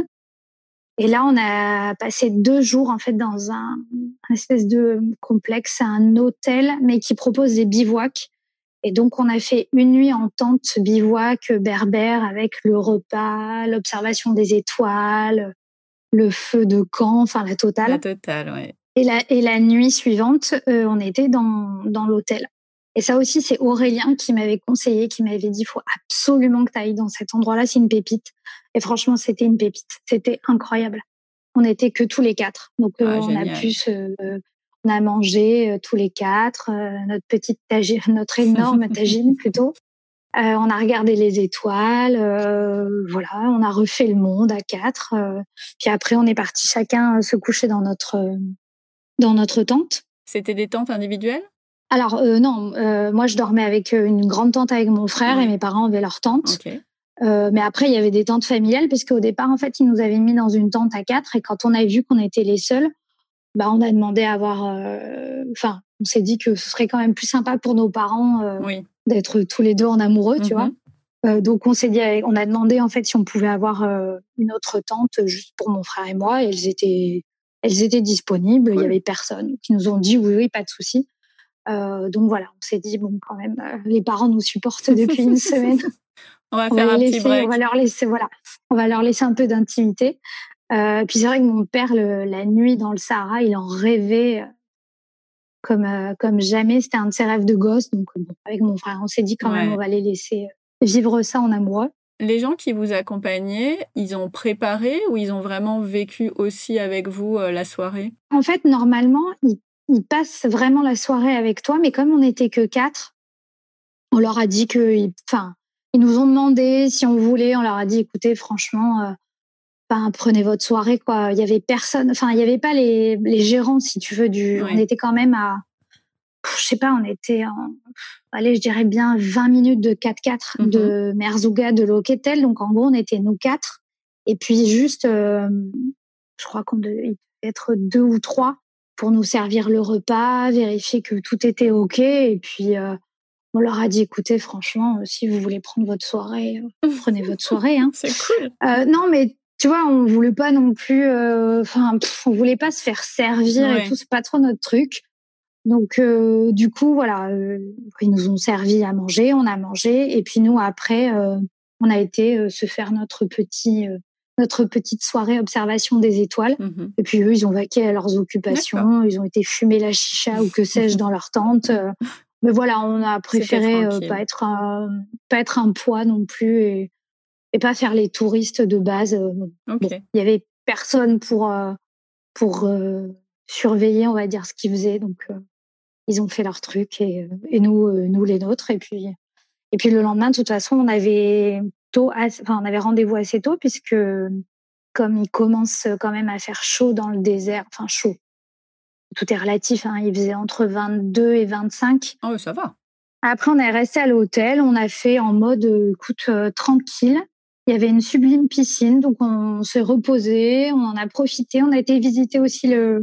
Et là, on a passé deux jours, en fait, dans un, un espèce de complexe, un hôtel, mais qui propose des bivouacs. Et donc, on a fait une nuit en tente bivouac berbère avec le repas, l'observation des étoiles, le feu de camp, enfin la totale. La totale, ouais. Et la, et la nuit suivante, euh, on était dans, dans l'hôtel. Et ça aussi, c'est Aurélien qui m'avait conseillé, qui m'avait dit, il faut absolument que tu ailles dans cet endroit-là, c'est une pépite. Et franchement, c'était une pépite. C'était incroyable. On n'était que tous les quatre. Donc, euh, Ah, on génial. a pu se... Euh, on a mangé euh, tous les quatre, euh, notre petite tagine, notre énorme tagine plutôt. Euh, on a regardé les étoiles, euh, voilà, on a refait le monde à quatre. Euh, puis après, on est parti chacun se coucher dans notre euh, dans notre tente. C'était des tentes individuelles? Alors euh, non, euh, moi je dormais avec une grande tente avec mon frère ouais. et mes parents avaient leur tente. Okay. Euh, mais après, il y avait des tentes familiales parce qu'au départ, en fait, ils nous avaient mis dans une tente à quatre et quand on a vu qu'on était les seuls, bah, on a demandé à avoir. Enfin, euh, on s'est dit que ce serait quand même plus sympa pour nos parents euh, oui. d'être tous les deux en amoureux, mm-hmm. tu vois. Euh, donc, on s'est dit, on a demandé en fait si on pouvait avoir euh, une autre tente juste pour mon frère et moi. Et elles étaient, elles étaient disponibles. Cool. Il y avait personne. Qui nous ont dit oui, oui, pas de souci. Euh, donc voilà, on s'est dit bon, quand même, euh, les parents nous supportent depuis une semaine. On va on faire va un laisser, petit break. On va leur laisser, voilà, on va leur laisser un peu d'intimité. Euh, puis c'est vrai que mon père, le, la nuit dans le Sahara, il en rêvait comme euh, comme jamais. C'était un de ses rêves de gosse. Donc bon, avec mon frère, on s'est dit quand ouais. même, on va les laisser vivre ça en amoureux. Les gens qui vous accompagnaient, ils ont préparé ou ils ont vraiment vécu aussi avec vous euh, la soirée? En fait, normalement, ils, ils passent vraiment la soirée avec toi, mais comme on n'était que quatre, on leur a dit que, enfin, ils, ils nous ont demandé si on voulait. On leur a dit, écoutez, franchement. Euh, Ben, prenez votre soirée, quoi. Il y avait personne, enfin, il y avait pas les, les gérants, si tu veux, du, ouais. On était quand même à, je sais pas, on était en, allez, je dirais bien vingt minutes de quatre-quatre Mhm. de Merzouga, de L'Hoquetel. Donc, en gros, on était nous quatre. Et puis, juste, euh, je crois qu'on devait être deux ou trois pour nous servir le repas, vérifier que tout était OK. Et puis, euh, on leur a dit, écoutez, franchement, euh, si vous voulez prendre votre soirée, euh, prenez votre soirée. Hein. C'est cool. Euh, non, mais tu vois, on voulait pas non plus, enfin, euh, on voulait pas se faire servir Ouais. et tout. C'est pas trop notre truc. Donc, euh, du coup, voilà, euh, ils nous ont servi à manger, on a mangé, et puis nous, après, euh, on a été euh, se faire notre petit, euh, notre petite soirée observation des étoiles. Mhm. Et puis eux, ils ont vaqué à leurs occupations, D'accord. ils ont été fumer la chicha ou que sais-je dans leur tente. Euh, mais voilà, on a préféré euh, pas être un, pas être un poids non plus et, et pas faire les touristes de base. Euh, Ok. bon, il y avait personne pour euh, pour euh, surveiller, on va dire, ce qu'ils faisaient, donc. Euh, Ils ont fait leur truc et, et nous, euh, nous les nôtres. Et puis, et puis le lendemain, de toute façon, on avait tôt, enfin, on avait rendez-vous assez tôt puisque comme il commence quand même à faire chaud dans le désert, enfin chaud, tout est relatif. Hein, il faisait entre vingt-deux et vingt-cinq. Ah oui, ça va. Après, on est resté à l'hôtel. On a fait en mode, euh, écoute, euh, tranquille. Il y avait une sublime piscine, donc on s'est reposé, on en a profité. On a été visiter aussi le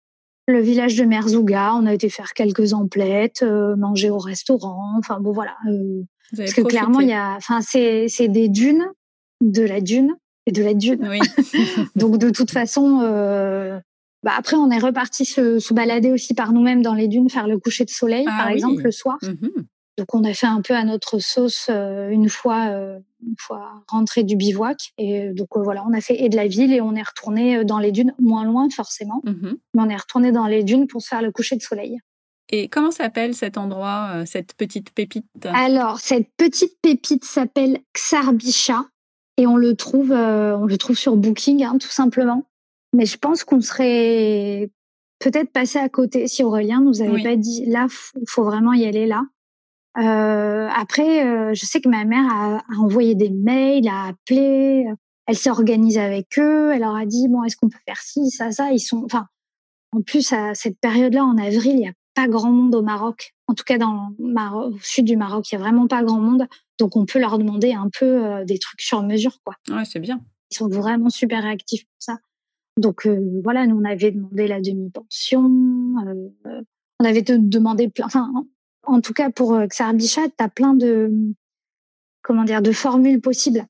le village de Merzouga, on a été faire quelques emplettes, euh, manger au restaurant. Enfin bon voilà, euh, Vous avez parce que profité. clairement il y a, enfin c'est c'est des dunes, de la dune et de la dune. Oui. Donc de toute façon, euh, bah après on est reparti se, se balader aussi par nous-mêmes dans les dunes, faire le coucher de soleil Ah par oui. exemple le soir. Mhm. Donc on a fait un peu à notre sauce euh, une fois euh, une fois rentré du bivouac et donc euh, voilà, on a fait et de la ville et on est retourné dans les dunes, moins loin forcément, Mhm. mais on est retourné dans les dunes pour se faire le coucher de soleil. Et comment s'appelle cet endroit, euh, cette petite pépite? Alors cette petite pépite s'appelle Xarbicha et on le trouve euh, on le trouve sur Booking hein, tout simplement. Mais je pense qu'on serait peut-être passé à côté si Aurélien nous avait Oui. pas dit là faut, faut vraiment y aller là. Euh, après, euh, je sais que ma mère a, a envoyé des mails, a appelé, euh, elle s'est organisée avec eux, elle leur a dit bon, est-ce qu'on peut faire ci, ça, ça. Ils sont, enfin, en plus à cette période-là, en avril, il y a pas grand monde au Maroc. En tout cas, dans le Maroc, au sud du Maroc, il y a vraiment pas grand monde, donc on peut leur demander un peu euh, des trucs sur mesure, quoi. Ouais, c'est bien. Ils sont vraiment super réactifs pour ça. Donc euh, voilà, nous on avait demandé la demi-pension, euh, on avait demandé plein, enfin en tout cas pour euh, Xarbicha, t'as plein de comment dire de formules possibles.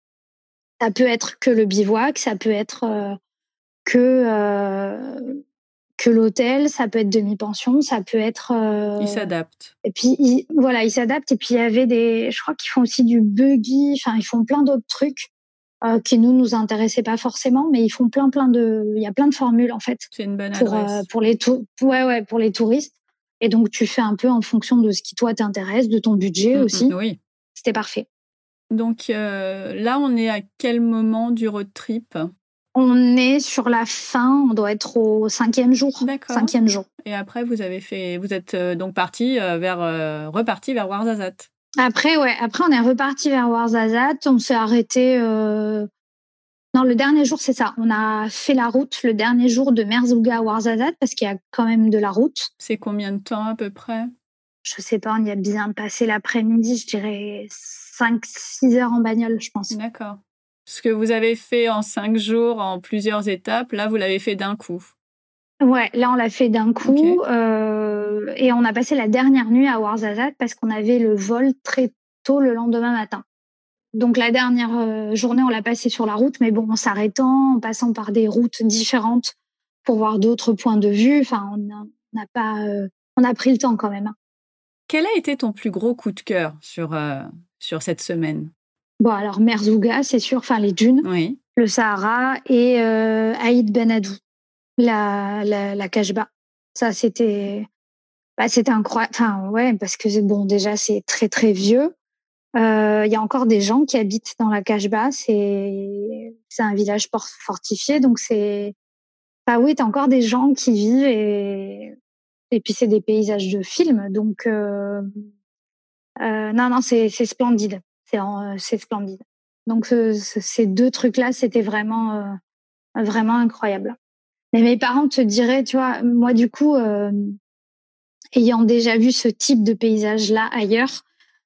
Ça peut être que le bivouac, ça peut être euh, que euh, que l'hôtel, ça peut être demi-pension, ça peut être. Euh... Ils s'adaptent. Et puis ils, voilà, ils s'adaptent. Et puis il y avait des, je crois qu'ils font aussi du buggy. Enfin, ils font plein d'autres trucs. Euh, qui nous nous intéressaient pas forcément, mais ils font plein plein de, il y a plein de formules en fait. C'est une bonne pour adresse. euh, pour les tou- ouais ouais pour les touristes. Et donc tu fais un peu en fonction de ce qui toi t'intéresse, de ton budget Mm, aussi. mm, oui. C'était parfait. Donc euh, là, on est à quel moment du road trip? On est sur la fin, on doit être au cinquième jour. D'accord. Cinquième jour. Et après, vous avez fait, vous êtes euh, donc parti euh, vers, euh, reparti vers Ouarzazate. Après ouais, après on est reparti vers Ouarzazate. On s'est arrêté. Euh... Non, le dernier jour c'est ça. On a fait la route le dernier jour de Merzouga à Ouarzazate parce qu'il y a quand même de la route. C'est combien de temps à peu près? Je sais pas, on y a bien passé l'après-midi, je dirais cinq six heures en bagnole, je pense. D'accord. Ce que vous avez fait en cinq jours, en plusieurs étapes, là, vous l'avez fait d'un coup. Ouais, là, on l'a fait d'un coup. Okay. Euh, et on a passé la dernière nuit à Ouarzazate parce qu'on avait le vol très tôt le lendemain matin. Donc, la dernière euh, journée, on l'a passé sur la route, mais bon, en s'arrêtant, en passant par des routes différentes pour voir d'autres points de vue. Enfin, on a, on a pas, euh, on a pris le temps quand même. Quel a été ton plus gros coup de cœur sur, euh, sur cette semaine? Bon, alors, Merzouga, c'est sûr, enfin, les dunes, oui. le Sahara et euh, Aïd Ben Haddou, la, la, la Kashba. Ça, c'était, bah, c'était incroyable. Enfin, ouais, parce que bon, déjà, c'est très, très vieux. Il euh, y a encore des gens qui habitent dans la Kashba. C'est, c'est un village fortifié, donc c'est, bah oui, t'as encore des gens qui vivent et, et puis c'est des paysages de films. Donc, euh... Euh, non, non, c'est, c'est splendide. C'est, en, c'est splendide. Donc, ce, ce, ces deux trucs-là, c'était vraiment, euh, vraiment incroyable. Mais mes parents te diraient, tu vois, moi, du coup, euh, ayant déjà vu ce type de paysage-là ailleurs,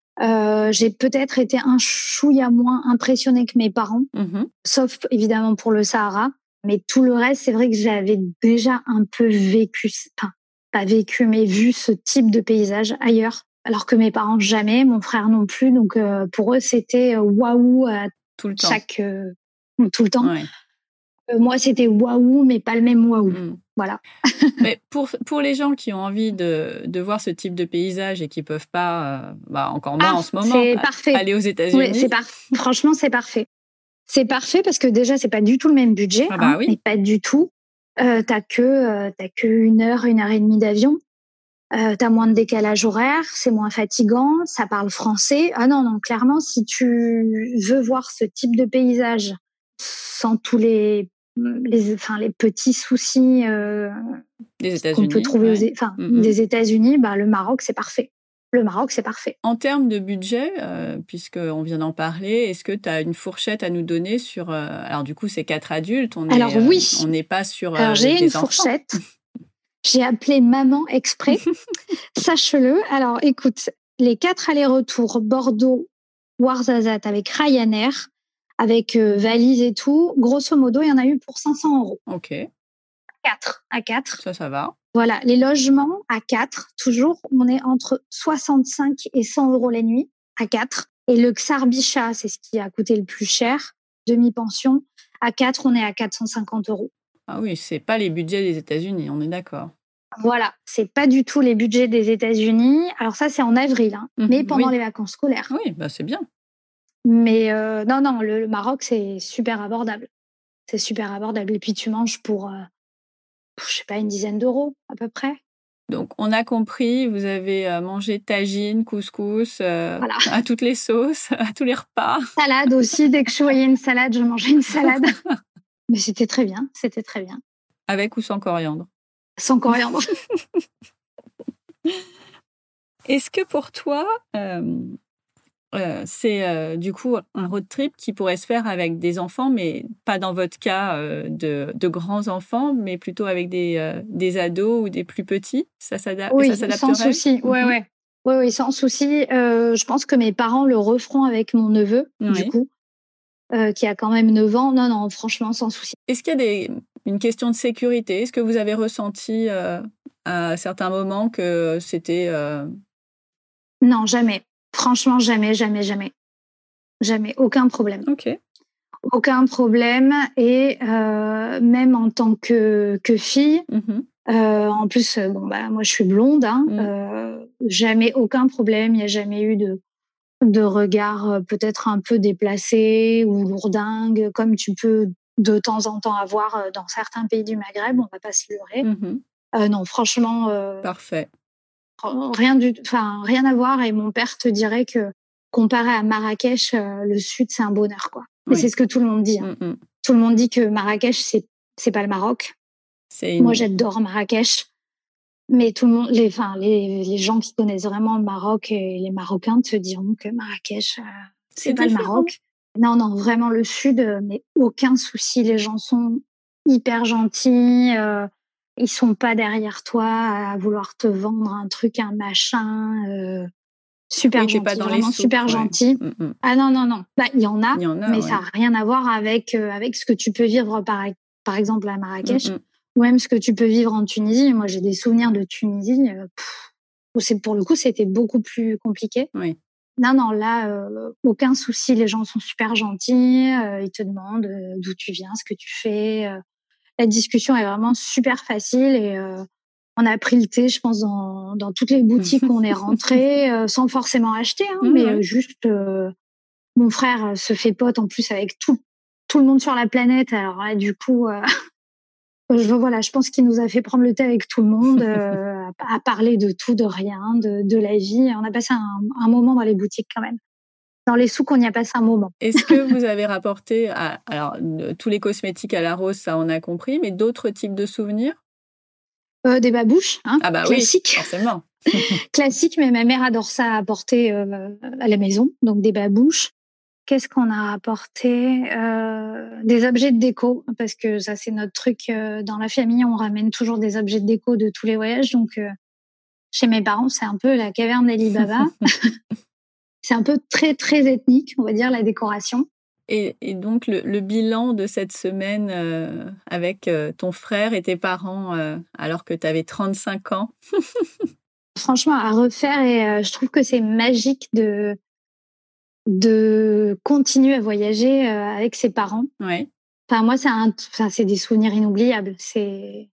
euh, j'ai peut-être été un chouïa moins impressionnée que mes parents, Mmh. sauf évidemment pour le Sahara. Mais tout le reste, c'est vrai que j'avais déjà un peu vécu, enfin, pas vécu, mais vu ce type de paysage ailleurs. Alors que mes parents, jamais, mon frère non plus. Donc, euh, pour eux, c'était euh, waouh à Tout le temps. chaque, euh, tout le temps. Ouais. Euh, moi, c'était waouh, mais pas le même waouh. Mmh. Voilà. Mais pour, pour les gens qui ont envie de, de voir ce type de paysage et qui peuvent pas, euh, bah encore moins Ah, en ce moment, c'est a- parfait. aller aux États-Unis. Oui, c'est parfait. Franchement, c'est parfait. C'est parfait parce que déjà, c'est pas du tout le même budget. Ah bah hein, oui. mais pas du tout. Euh, t'as que, euh, t'as que une heure, une heure et demie d'avion. Euh, t'as moins de décalage horaire, c'est moins fatigant, ça parle français. Ah non, non, clairement, si tu veux voir ce type de paysage sans tous les, les, enfin, les petits soucis euh, Des qu'on peut États-Unis. trouver Ouais. aux, enfin, Mhm. des États-Unis, bah, le Maroc, c'est parfait. Le Maroc, c'est parfait. En termes de budget, euh, puisqu'on vient d'en parler, est-ce que tu as une fourchette à nous donner sur... euh, alors du coup, c'est quatre adultes, on Alors est, oui. euh, on n'est pas sur euh, Alors j'ai des une enfants. fourchette. J'ai appelé maman exprès. Sache-le. Alors écoute, les quatre allers-retours Bordeaux-Ouarzazate avec Ryanair, avec euh, valise et tout, grosso modo, il y en a eu pour cinq cents euros. Ok, Quatre à quatre. ça, ça va. Voilà, les logements à quatre, toujours, on est entre soixante-cinq et cent euros la nuit à quatre. Et le Xarbicha, c'est ce qui a coûté le plus cher, demi-pension, à quatre, on est à quatre cent cinquante euros. Ah oui, c'est pas les budgets des États-Unis, on est d'accord. Voilà, c'est pas du tout les budgets des États-Unis. Alors ça, c'est en avril, hein, Mmh, mais pendant oui. les vacances scolaires. Oui, bah c'est bien. Mais euh, non, non, le, le Maroc, c'est super abordable. C'est super abordable. Et puis tu manges pour, euh, pour, je sais pas, une dizaine d'euros à peu près. Donc, on a compris, vous avez euh, mangé tagine, couscous, euh, Voilà. à toutes les sauces, à tous les repas. Salade aussi, dès que je voyais une salade, je mangeais une salade. Mais c'était très bien, c'était très bien. Avec ou sans coriandre? Sans coriandre. Est-ce que pour toi, euh, euh, c'est euh, du coup un road trip qui pourrait se faire avec des enfants, mais pas dans votre cas euh, de, de grands enfants, mais plutôt avec des, euh, des ados ou des plus petits? Ça s'adapte, Oui, ça s'adapterait? sans souci. Ouais, Mhm. ouais. Oui, oui, sans souci. Euh, je pense que mes parents le referont avec mon neveu, Oui. du coup, euh, qui a quand même neuf ans. Non, non, franchement, sans souci. Est-ce qu'il y a des, une question de sécurité? Est-ce que vous avez ressenti euh, à certains moments que c'était... Euh... Non, jamais. Franchement, jamais, jamais, jamais. Jamais. Aucun problème. Ok. Aucun problème. Et euh, même en tant que, que fille, Mm-hmm. euh, en plus, bon, bah, moi, je suis blonde. Hein, Mm. euh, jamais, aucun problème. Il n'y a jamais eu de, de regard peut-être un peu déplacé ou lourdingue, comme tu peux de temps en temps avoir dans certains pays du Maghreb. On va pas se leurrer. Mm-hmm. Euh, non, franchement... Euh, Parfait. Rien, du, enfin, rien à voir. Et mon père te dirait que comparé à Marrakech, euh, le sud, c'est un bonheur, quoi. Oui. Et c'est ce que tout le monde dit. Hein. Mm-hmm. Tout le monde dit que Marrakech, c'est, c'est pas le Maroc. C'est une... Moi, j'adore Marrakech. Mais tout le monde, les, enfin, les, les gens qui connaissent vraiment le Maroc et les Marocains te diront que Marrakech, euh, c'est, c'est pas différent. Le Maroc. Non, non, vraiment le sud, euh, mais aucun souci. Les gens sont hyper gentils. Euh, Ils sont pas derrière toi à vouloir te vendre un truc, un machin. Euh, super oui, gentil, pas dans vraiment les soupes, super ouais. gentil. Mm-hmm. Ah non, non, non. Bah, il y en a, il y en a mais ouais. ça n'a rien à voir avec, euh, avec ce que tu peux vivre, par, par exemple, à Marrakech, mm-hmm. ou même ce que tu peux vivre en Tunisie. Moi, j'ai des souvenirs de Tunisie. Euh, pff, c'est, pour le coup, c'était beaucoup plus compliqué. Oui. Non, non, là, euh, aucun souci. Les gens sont super gentils. Euh, ils te demandent euh, d'où tu viens, ce que tu fais. Euh, la discussion est vraiment super facile et euh, on a pris le thé, je pense, dans, dans toutes les boutiques où on est rentré, euh, sans forcément acheter, hein, mmh, mais ouais. euh, juste, euh, mon frère se fait pote en plus avec tout, tout le monde sur la planète. Alors là, du coup, euh, je, voilà, je pense qu'il nous a fait prendre le thé avec tout le monde, euh, à, à parler de tout, de rien, de, de la vie. On a passé un, un moment dans les boutiques quand même. Dans les souks, on y a passé un moment. Est-ce que vous avez rapporté, à, alors, tous les cosmétiques à la rose, ça on a compris, mais d'autres types de souvenirs? euh, Des babouches, hein, ah bah classique. Oui, forcément. Classique, mais ma mère adore ça à porter euh, à la maison, donc des babouches. Qu'est-ce qu'on a apporté? euh, Des objets de déco, parce que ça c'est notre truc euh, dans la famille, on ramène toujours des objets de déco de tous les voyages, donc euh, Chez mes parents, c'est un peu la caverne d'Ali Baba. C'est un peu très, très ethnique, on va dire, la décoration. Et, et donc, le, le bilan de cette semaine euh, avec euh, ton frère et tes parents, euh, alors que tu avais trente-cinq ans. Franchement, à refaire, et euh, je trouve que c'est magique de, de continuer à voyager euh, avec ses parents. Ouais. Enfin, moi, c'est, un, enfin, c'est des souvenirs inoubliables. C'est,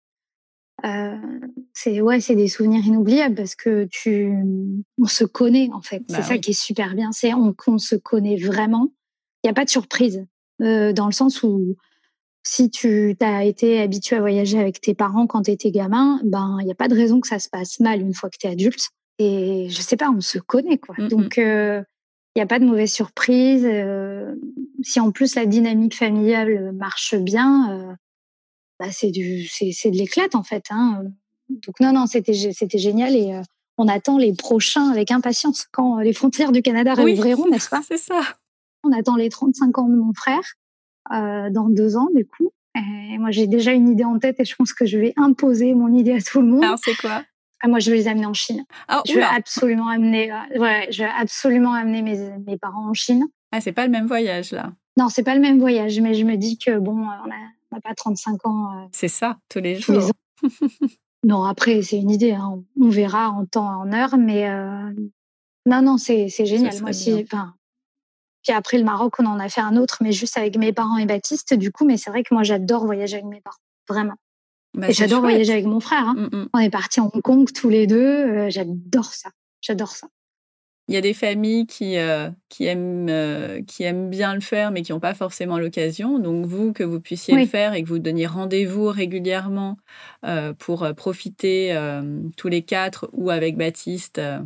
euh, c'est, ouais, c'est des souvenirs inoubliables parce que tu, on se connaît, en fait. Bah c'est ça oui. qui est super bien. C'est on, qu'on se connaît vraiment. Il n'y a pas de surprise. Euh, dans le sens où si tu t'as été habitué à voyager avec tes parents quand tu étais gamin, ben, il n'y a pas de raison que ça se passe mal une fois que tu es adulte. Et je sais pas, on se connaît, quoi. Mm-mm. Donc, il euh, n'y a pas de mauvaise surprise. Euh, si en plus la dynamique familiale marche bien, euh, bah, c'est du, c'est, c'est de l'éclate, en fait. Hein. Donc, non, non, c'était, c'était génial. Et euh, on attend les prochains avec impatience quand les frontières du Canada Oui, réouvriront, n'est-ce pas? C'est ça. On attend les trente-cinq ans de mon frère euh, dans deux ans, du coup. Et moi, j'ai déjà une idée en tête et je pense que je vais imposer mon idée à tout le monde. Alors, c'est quoi? Ah, moi, je vais les amener en Chine. Ah, je vais oula. absolument amener, euh, ouais, je vais absolument amener mes, mes parents en Chine. Ah, c'est pas le même voyage, là. Non, c'est pas le même voyage, mais je me dis que bon, on n'a on a pas trente-cinq ans. Euh, c'est ça, tous les tous jours. Les ans. Non, après, c'est une idée. Hein. On verra en temps, en heure, mais euh, non, non, c'est, c'est génial. Moi aussi, enfin. Puis après le Maroc, on en a fait un autre, mais juste avec mes parents et Baptiste, du coup. Mais c'est vrai que moi, j'adore voyager avec mes parents, vraiment. Bah, et j'adore chouette. voyager avec mon frère. Hein. Mm-mm. On est partis à Hong Kong tous les deux. Euh, j'adore ça. J'adore ça. Il y a des familles qui, euh, qui, aiment, euh, qui aiment bien le faire, mais qui n'ont pas forcément l'occasion. Donc, vous, que vous puissiez oui. le faire et que vous donniez rendez-vous régulièrement euh, pour profiter euh, tous les quatre ou avec Baptiste, euh,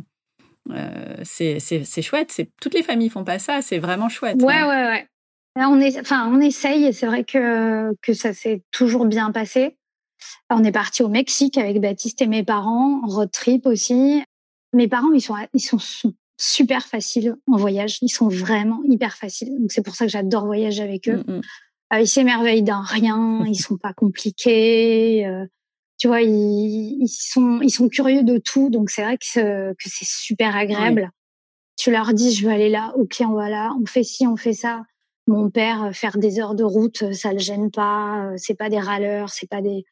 euh, c'est, c'est, c'est chouette. C'est, toutes les familles font pas ça. C'est vraiment chouette. Ouais, hein. ouais, ouais. Là, on, est, enfin, on essaye et c'est vrai que, que ça s'est toujours bien passé. On est parti au Mexique avec Baptiste et mes parents, en road trip aussi. Mes parents, ils sont, ils sont super faciles en voyage. Ils sont vraiment hyper faciles. Donc, c'est pour ça que j'adore voyager avec eux. Mm-mm. Euh, ils s'émerveillent d'un rien. Ils sont pas compliqués. Euh, tu vois, ils, ils, sont, ils sont curieux de tout. Donc, c'est vrai que, que c'est super agréable. Oui. Tu leur dis, je veux aller là. Ok, on va là. On fait ci, on fait ça. Mon père, faire des heures de route, ça le gêne pas. C'est pas des râleurs. C'est pas des...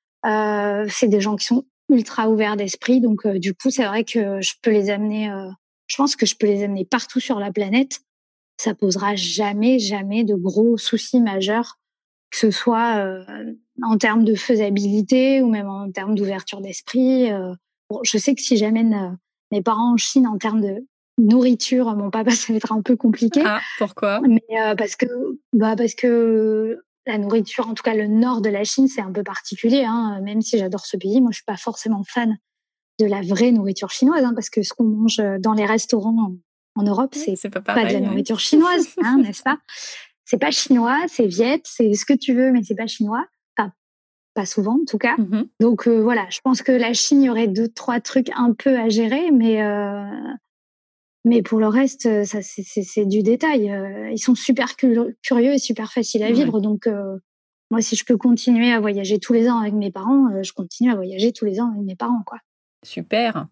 Euh, c'est des gens qui sont ultra ouverts d'esprit. Donc, euh, du coup, c'est vrai que je peux les amener... Euh, je pense que je peux les amener partout sur la planète. Ça posera jamais, jamais de gros soucis majeurs, que ce soit euh, en termes de faisabilité ou même en termes d'ouverture d'esprit. Euh, bon, je sais que si j'amène euh, mes parents en Chine en termes de nourriture, mon papa, ça va être un peu compliqué. Ah, pourquoi ? Mais euh, parce que, bah parce que la nourriture, en tout cas le nord de la Chine, c'est un peu particulier. Hein, même si j'adore ce pays, moi, je suis pas forcément fan de la vraie nourriture chinoise, hein, parce que ce qu'on mange dans les restaurants en, en Europe, c'est, c'est pas, pareil, pas de la nourriture oui. chinoise, hein, n'est-ce pas ? C'est pas chinois, c'est viet, c'est ce que tu veux, mais c'est pas chinois. Enfin, pas souvent, en tout cas. Mm-hmm. Donc euh, voilà, je pense que la Chine, il y aurait deux, trois trucs un peu à gérer, mais euh, mais pour le reste, ça c'est, c'est, c'est du détail. Ils sont super curieux et super faciles à vivre, ouais. Donc euh, moi, si je peux continuer à voyager tous les ans avec mes parents, je continue à voyager tous les ans avec mes parents, quoi. Super.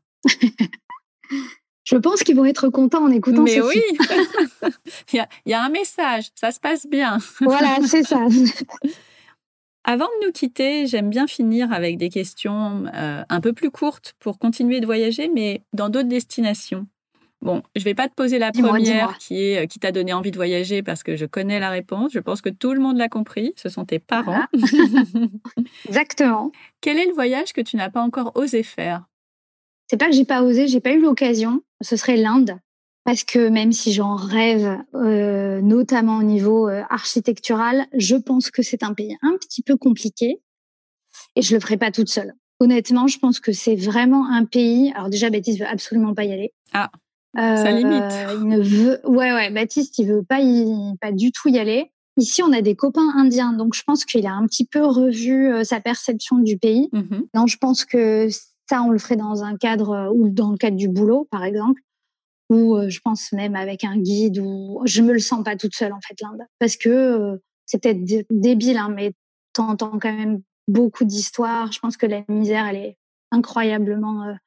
Je pense qu'ils vont être contents en écoutant Mais ceci. oui. il, y a, il y a un message, ça se passe bien. Voilà, c'est ça. Avant de nous quitter, j'aime bien finir avec des questions euh, un peu plus courtes pour continuer de voyager, mais dans d'autres destinations. Bon, je ne vais pas te poser la dis-moi, première dis-moi. Qui, est, qui t'a donné envie de voyager parce que je connais la réponse. Je pense que tout le monde l'a compris. Ce sont tes parents. Voilà. Exactement. Quel est le voyage que tu n'as pas encore osé faire ? C'est pas que j'ai pas osé, j'ai pas eu l'occasion. Ce serait l'Inde. Parce que même si j'en rêve, euh, notamment au niveau euh, architectural, je pense que c'est un pays un petit peu compliqué. Et je le ferai pas toute seule. Honnêtement, je pense que c'est vraiment un pays... Alors déjà, Baptiste veut absolument pas y aller. Ah, euh, ça limite. Il ne veut... Ouais, ouais, Baptiste, il veut pas, y... pas du tout y aller. Ici, on a des copains indiens, donc je pense qu'il a un petit peu revu euh, sa perception du pays. Mm-hmm. Donc, je pense que ça, on le ferait dans un cadre, euh, ou dans le cadre du boulot, par exemple, ou euh, je pense même avec un guide, ou je me le sens pas toute seule, en fait, l'Inde. Parce que euh, c'est peut-être d- débile, hein, mais t'entends quand même beaucoup d'histoires. Je pense que la misère, elle est incroyablement euh,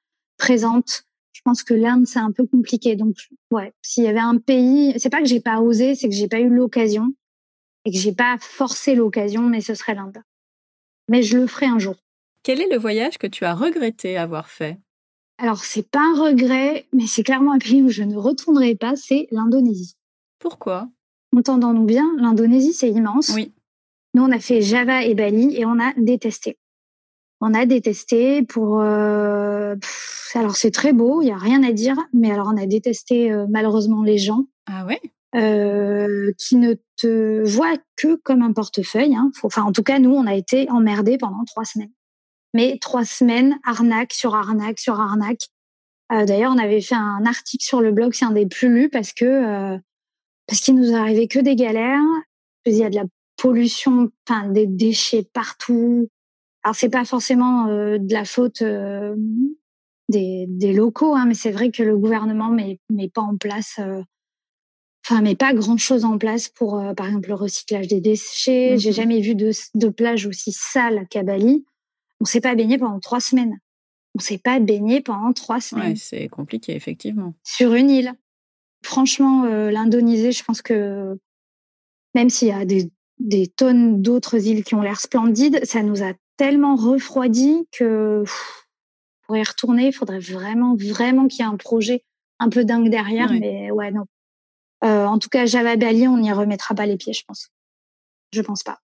présente. Je pense que l'Inde, c'est un peu compliqué. Donc, ouais, s'il y avait un pays, c'est pas que j'ai pas osé, c'est que j'ai pas eu l'occasion et que j'ai pas forcé l'occasion, mais ce serait l'Inde. Mais je le ferai un jour. Quel est le voyage que tu as regretté avoir fait ? Alors, c'est pas un regret, mais c'est clairement un pays où je ne retournerai pas, c'est l'Indonésie. Pourquoi ? Entendons-nous bien, l'Indonésie, c'est immense. Oui. Nous, on a fait Java et Bali et on a détesté. On a détesté pour... Euh... Pff, alors, c'est très beau, il n'y a rien à dire, mais alors on a détesté euh, malheureusement les gens. Ah ouais ? Euh, qui ne te voient que comme un portefeuille. Hein. Faut, enfin, en tout cas, nous, on a été emmerdés pendant trois semaines. Mais trois semaines, arnaque sur arnaque sur arnaque. Euh, d'ailleurs, on avait fait un article sur le blog, c'est un des plus lus, parce que euh, parce qu'il nous arrivait que des galères. Il y a de la pollution, enfin des déchets partout. Alors c'est pas forcément euh, de la faute euh, des, des locaux, hein, mais c'est vrai que le gouvernement met met pas en place, euh, enfin met pas grand chose en place pour, euh, par exemple, le recyclage des déchets. Mm-hmm. J'ai jamais vu de, de plage aussi sale qu'à Bali. On s'est pas baigné pendant trois semaines. On s'est pas baigné pendant trois semaines. Ouais, c'est compliqué, effectivement. Sur une île. Franchement, euh, l'Indonésie, je pense que même s'il y a des, des tonnes d'autres îles qui ont l'air splendides, ça nous a tellement refroidi que pff, pour y retourner, il faudrait vraiment, vraiment qu'il y ait un projet un peu dingue derrière. Ouais. Mais ouais, non. Euh, en tout cas, Java Bali, on n'y remettra pas les pieds, je pense. Je pense pas.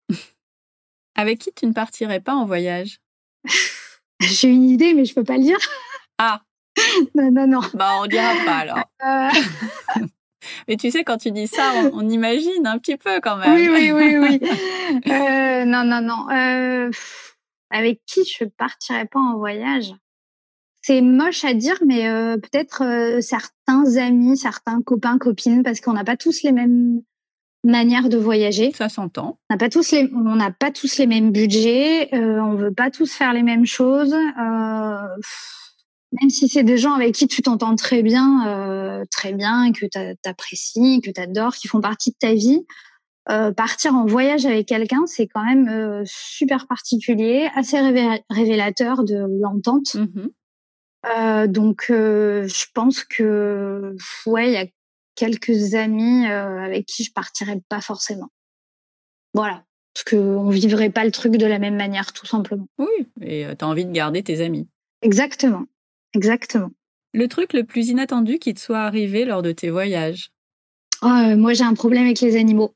Avec qui tu ne partirais pas en voyage ? J'ai une idée, mais je peux pas le dire. Ah. Non, non, non. Bah, on dira pas alors. Euh... Mais tu sais, quand tu dis ça, on, on imagine un petit peu quand même. Oui, oui, oui, oui. euh, non, non, non. Euh, avec qui je partirais pas en voyage ? C'est moche à dire, mais euh, peut-être euh, certains amis, certains copains, copines, parce qu'on n'a pas tous les mêmes manières de voyager. Ça s'entend. On n'a pas tous les, on n'a pas tous les mêmes budgets. Euh, on veut pas tous faire les mêmes choses. Euh, même si c'est des gens avec qui tu t'entends très bien, euh, très bien, que t'apprécies, que t'adores, qui font partie de ta vie. Euh, partir en voyage avec quelqu'un, c'est quand même euh, super particulier, assez révé- révélateur de l'entente. Mm-hmm. Euh, donc, euh, je pense que ouais, il y a quelques amis euh, avec qui je partirais pas forcément. Voilà, parce que on vivrait pas le truc de la même manière, tout simplement. Oui, et euh, t'as envie de garder tes amis. Exactement, exactement. Le truc le plus inattendu qui te soit arrivé lors de tes voyages ? Oh, euh, moi, j'ai un problème avec les animaux.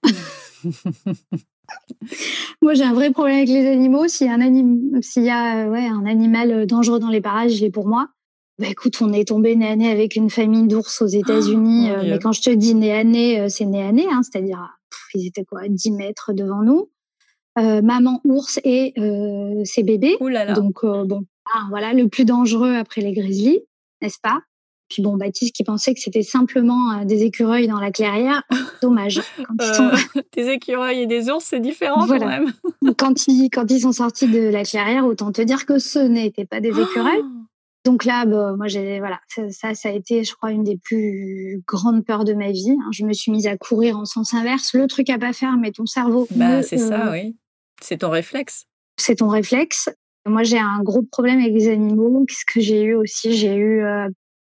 Moi, j'ai un vrai problème avec les animaux. S'il y a un, anim... S'il y a, ouais, un animal dangereux dans les parages, j'ai pour moi. Bah, écoute, on est tombé nez à nez avec une famille d'ours aux États-Unis. Oh, euh, mais quand je te dis nez à nez, euh, c'est nez à nez, hein, c'est-à-dire, pff, ils étaient quoi, dix mètres devant nous. Euh, maman ours et euh, ses bébés. Ouh là là. Donc, euh, bon, ah, voilà, le plus dangereux après les grizzlies, n'est-ce pas ? Puis bon, Baptiste qui pensait que c'était simplement euh, des écureuils dans la clairière, dommage. Quand euh, ils sont... Des écureuils et des ours, c'est différent voilà. Quand même. quand, ils, quand ils sont sortis de la clairière, autant te dire que ce n'étaient pas des écureuils. Oh. Donc là, bah, moi, j'ai, voilà, ça, ça, ça a été, je crois, une des plus grandes peurs de ma vie. Je me suis mise à courir en sens inverse. Le truc à pas faire, mais ton cerveau... Bah, me, c'est euh, ça, oui. C'est ton réflexe. C'est ton réflexe. Moi, j'ai un gros problème avec les animaux. Qu'est-ce que j'ai eu aussi ? J'ai eu... Euh,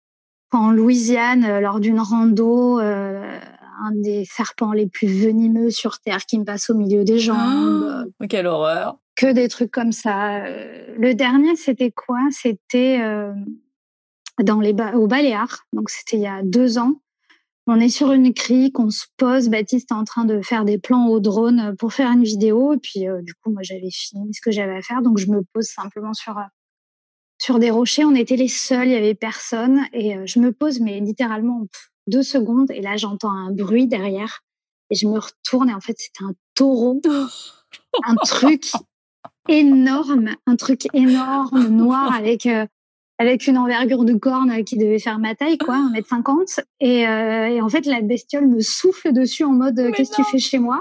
en Louisiane, euh, lors d'une rando, euh, un des serpents les plus venimeux sur Terre qui me passe au milieu des jambes. Oh, quelle horreur. Que des trucs comme ça. Euh, le dernier, c'était quoi ? C'était euh, dans les ba- aux Baléares. Donc, c'était il y a deux ans. On est sur une crique, on se pose. Baptiste est en train de faire des plans au drone pour faire une vidéo. Et puis, euh, du coup, moi, j'avais fini ce que j'avais à faire. Donc, je me pose simplement sur... Euh, sur des rochers, on était les seuls, il y avait personne. Et euh, je me pose, mais littéralement pff, deux secondes. Et là, j'entends un bruit derrière. Et je me retourne. Et en fait, c'était un taureau. Un truc énorme. Un truc énorme, noir, avec, euh, avec une envergure de corne qui devait faire ma taille, quoi, un mètre cinquante. Et, euh, et en fait, la bestiole me souffle dessus en mode « Qu'est-ce que tu fais chez moi ?»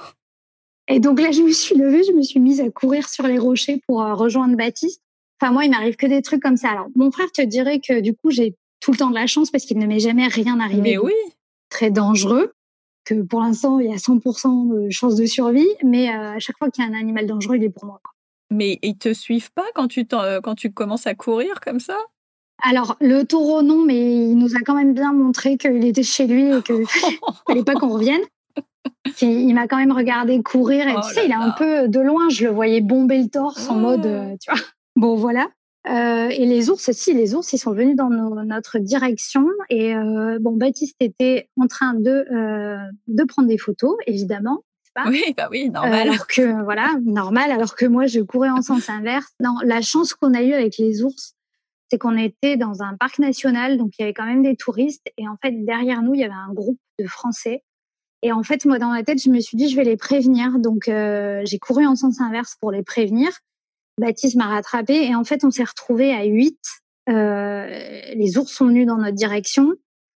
Et donc là, je me suis levée, je me suis mise à courir sur les rochers pour euh, rejoindre Baptiste. Enfin, moi, il m'arrive que des trucs comme ça. Alors, mon frère te dirait que, du coup, j'ai tout le temps de la chance parce qu'il ne m'est jamais rien arrivé. Mais oui. Très dangereux. Que pour l'instant, il y a cent pour cent de chance de survie. Mais euh, à chaque fois qu'il y a un animal dangereux, il est pour moi. Mais ils te suivent pas quand tu, quand tu commences à courir comme ça ? Alors, le taureau, non, mais il nous a quand même bien montré qu'il était chez lui et qu'il fallait pas qu'on revienne. Puis, il m'a quand même regardé courir et Oh tu sais, là il est un là. peu de loin, je le voyais bomber le torse en mode, euh, tu vois. Bon, voilà. Euh, et les ours, si, les ours, ils sont venus dans nos- notre direction. Et euh, bon, Baptiste était en train de, euh, de prendre des photos, évidemment, n'est-ce pas. Oui, bah oui, Euh, normal. alors que, voilà, normal, alors que moi, je courais en sens inverse. Non, la chance qu'on a eue avec les ours, c'est qu'on était dans un parc national, donc il y avait quand même des touristes. Et en fait, derrière nous, il y avait un groupe de Français. Et en fait, moi, dans ma tête, je me suis dit, je vais les prévenir. Donc, euh, j'ai couru en sens inverse pour les prévenir. Baptiste m'a rattrapé et en fait, on s'est retrouvés à huit. Euh, les ours sont venus dans notre direction.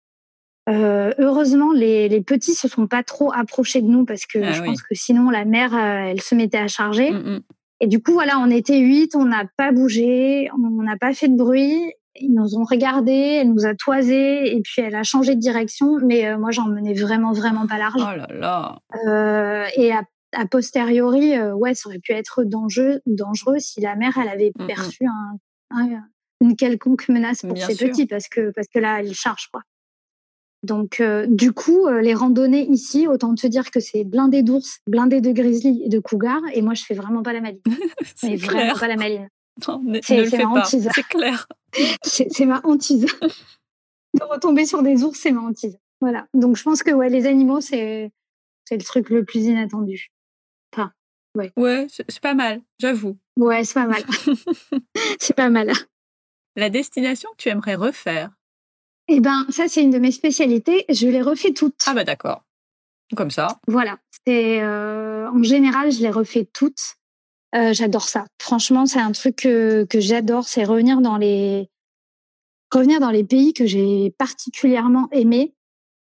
Euh, heureusement, les, les petits se sont pas trop approchés de nous parce que Ah je oui. pense que sinon, la mère, euh, elle se mettait à charger. Mm, mm. Et du coup, voilà, on était huit, on n'a pas bougé, on n'a pas fait de bruit. Ils nous ont regardés, elle nous a toisé et puis elle a changé de direction. Mais euh, moi, j'en menais vraiment, vraiment pas large. Oh là là. Euh, et à, a posteriori, euh, ouais, ça aurait pu être dangereux, dangereux si la mère, elle avait Mm, mm. perçu un, un, une quelconque menace pour Bien ses sûr. petits, parce que parce que là, elle charge, quoi. Donc, euh, du coup, euh, les randonnées ici, autant te dire que c'est blindé d'ours, blindé de grizzly et de cougars, et moi, je fais vraiment pas la maline. Mais C'est vraiment clair. pas la maline. Non, ne, C'est ne le c'est fais ma pas, hantise. c'est clair. C'est c'est ma hantise. De retomber sur des ours, c'est ma hantise. Voilà. Donc, je pense que ouais, les animaux, c'est c'est le truc le plus inattendu. Enfin, ouais. Ouais, c'est c'est pas mal, j'avoue. Ouais, c'est pas mal. C'est pas mal. La destination que tu aimerais refaire? Eh ben, ça, c'est une de mes spécialités. Je les refais toutes. Ah bah d'accord. Comme ça. Voilà. C'est euh, en général, je les refais toutes. Euh, j'adore ça. Franchement, c'est un truc que, que j'adore, c'est revenir dans les revenir dans les pays que j'ai particulièrement aimés.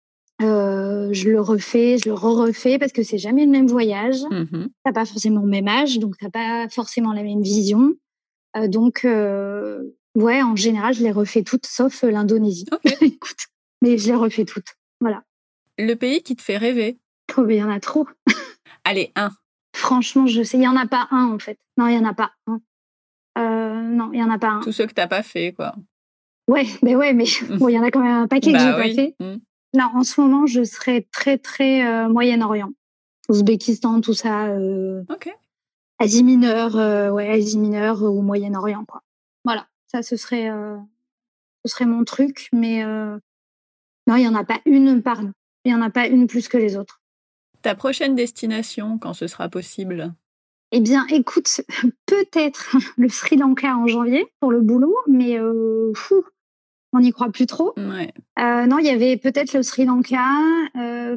Euh, je le refais, je le re-refais parce que c'est jamais le même voyage. Mhm. T'as pas forcément le même âge, donc t'as pas forcément la même vision. Euh, donc, euh, ouais, en général, je les refais toutes, sauf euh, l'Indonésie. Ok. Écoute, mais je les refais toutes. Voilà. Le pays qui te fait rêver? Oh, mais il y en a trop. Allez, un. Franchement, je sais. Il y en a pas un, en fait. Non, il y en a pas un. Euh, non, il y en a pas un. Tous ceux que t'as pas fait, quoi. Ouais, mais ouais, mais bon, il y en a quand même un paquet que j'ai Bah pas oui. fait. Mm. Non, en ce moment, je serais très, très euh, Moyen-Orient. Ouzbékistan, tout ça. Euh, Ok. Asie mineure, euh, ouais, Asie mineure ou Moyen-Orient, quoi. Voilà. Ça, ce serait, euh, ce serait mon truc. Mais euh, non, il y en a pas une par. Il y en a pas une plus que les autres. Ta prochaine destination, quand ce sera possible? Eh bien, écoute, peut-être le Sri Lanka en janvier pour le boulot, mais euh, fou, on n'y croit plus trop. Ouais. Euh, non, il y avait peut-être le Sri Lanka. Euh,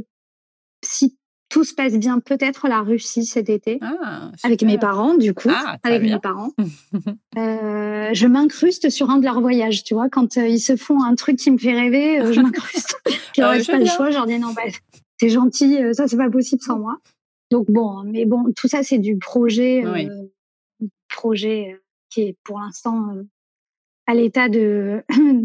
si tout se passe bien, peut-être la Russie cet été. Ah, super. Avec mes parents, du coup. Ah, très avec bien. mes parents. euh, je m'incruste sur un de leurs voyages, tu vois. Quand euh, ils se font un truc qui me fait rêver, euh, je m'incruste. Je leur Euh, laisse je pas le viens. choix. Je leur dis non, bah, c'est gentil, euh, ça, c'est pas possible sans moi. Donc bon, mais bon, tout ça, c'est du projet, euh, Oui. projet euh, qui est pour l'instant euh, à l'état de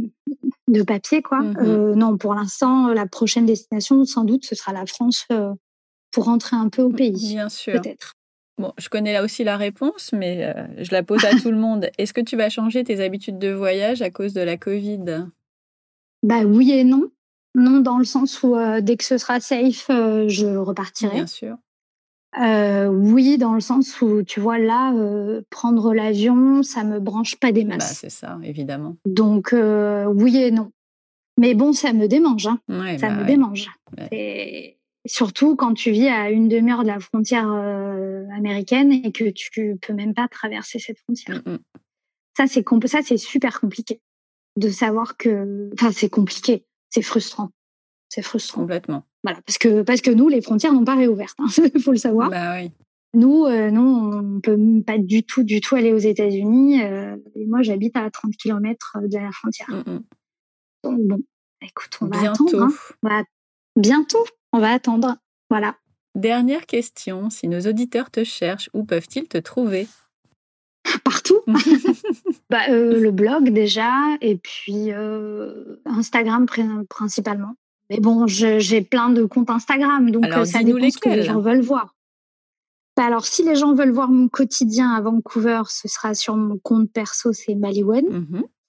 de papier, quoi. Mhm. Euh, non, pour l'instant, la prochaine destination, sans doute, ce sera la France euh, pour rentrer un peu au pays, Bien sûr. peut-être. Bon, je connais là aussi la réponse, mais euh, je la pose à tout le monde. Est-ce que tu vas changer tes habitudes de voyage à cause de la Covid? Bah oui et non. Non, dans le sens où euh, dès que ce sera safe, euh, je repartirai. Bien sûr. Euh, oui, dans le sens où, tu vois, là, euh, prendre l'avion, ça me branche pas des Bah, masses. c'est ça, évidemment. Donc, euh, oui et non. Mais bon, ça me démange. Hein. Ouais, Ça bah me ouais. démange. Ouais. Et surtout quand tu vis à une demi-heure de la frontière euh, américaine et que tu peux même pas traverser cette frontière. Mm, mm. Ça, c'est compl- ça, c'est super compliqué de savoir que... Enfin, c'est compliqué. C'est frustrant. C'est frustrant. Complètement. Voilà, parce que, parce que nous, les frontières n'ont pas réouvert. Il faut le savoir. Bah oui. Nous, euh, nous, on peut pas du tout, du tout aller aux États-Unis. Euh, et moi, j'habite à trente kilomètres de la frontière. Mm, mm. Donc bon, écoute, on va Bientôt. attendre. Hein. On va... Bientôt, on va attendre. Voilà. Dernière question, si nos auditeurs te cherchent, où peuvent-ils te trouver? Partout. bah, euh, le blog déjà, et puis euh, Instagram pr- principalement. Mais bon, je, j'ai plein de comptes Instagram, donc Alors, euh, ça dis-nous dépend ce que les lesquels. gens veulent voir. Bah, alors, si les gens veulent voir mon quotidien à Vancouver, ce sera sur mon compte perso, c'est Maliwen. Mhm.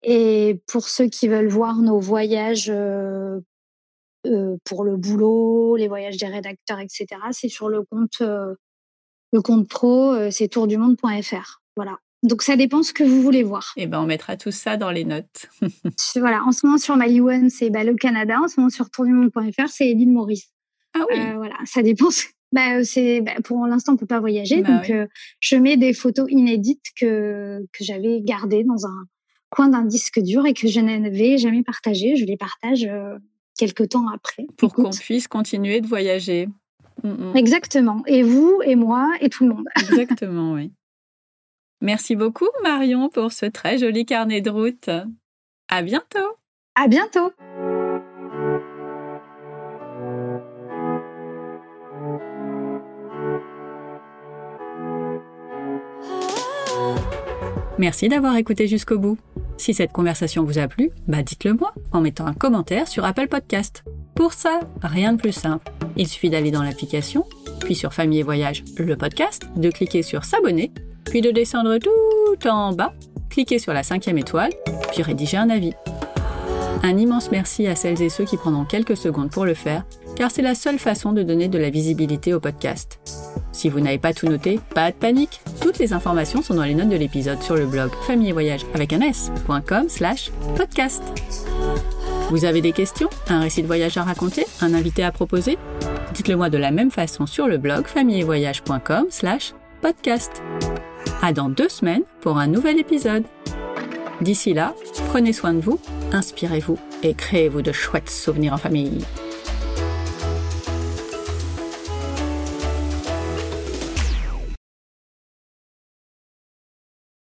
Et pour ceux qui veulent voir nos voyages euh, euh, pour le boulot, les voyages des rédacteurs, et cetera, c'est sur le compte, euh, le compte pro, euh, c'est tour du monde point f r. Voilà. Donc, ça dépend ce que vous voulez voir. Eh ben, on mettra tout ça dans les notes. Voilà. En ce moment, sur MyUN, c'est bah, le Canada. En ce moment, sur tour du monde point f r, c'est l'île Maurice. Ah oui. Euh, voilà. Ça dépend. Bah, c'est, bah, pour l'instant, on peut pas voyager. Bah, donc, oui. euh, je mets des photos inédites que, que j'avais gardées dans un coin d'un disque dur et que je n'avais jamais partagé. Je les partage euh, quelques temps après. Pour Écoute. qu'on puisse continuer de voyager. Mm-mm. Exactement. Et vous, et moi, et tout le monde. Exactement, oui. Merci beaucoup, Marion, pour ce très joli carnet de route. À bientôt. À bientôt. Merci d'avoir écouté jusqu'au bout. Si cette conversation vous a plu, bah dites-le moi en mettant un commentaire sur Apple Podcast. Pour ça, rien de plus simple. Il suffit d'aller dans l'application, puis sur Famille et Voyage, le podcast, de cliquer sur s'abonner, puis de descendre tout en bas, cliquer sur la cinquième étoile, puis rédiger un avis. Un immense merci à celles et ceux qui prendront quelques secondes pour le faire, car c'est la seule façon de donner de la visibilité au podcast. Si vous n'avez pas tout noté, pas de panique. Toutes les informations sont dans les notes de l'épisode sur le blog famille et voyage avec un s.com slash podcast. Vous avez des questions, un récit de voyage à raconter, un invité à proposer? Dites-le moi de la même façon sur le blog famille et voyage point com slash podcast. À dans deux semaines pour un nouvel épisode. D'ici là, prenez soin de vous, inspirez-vous et créez-vous de chouettes souvenirs en famille.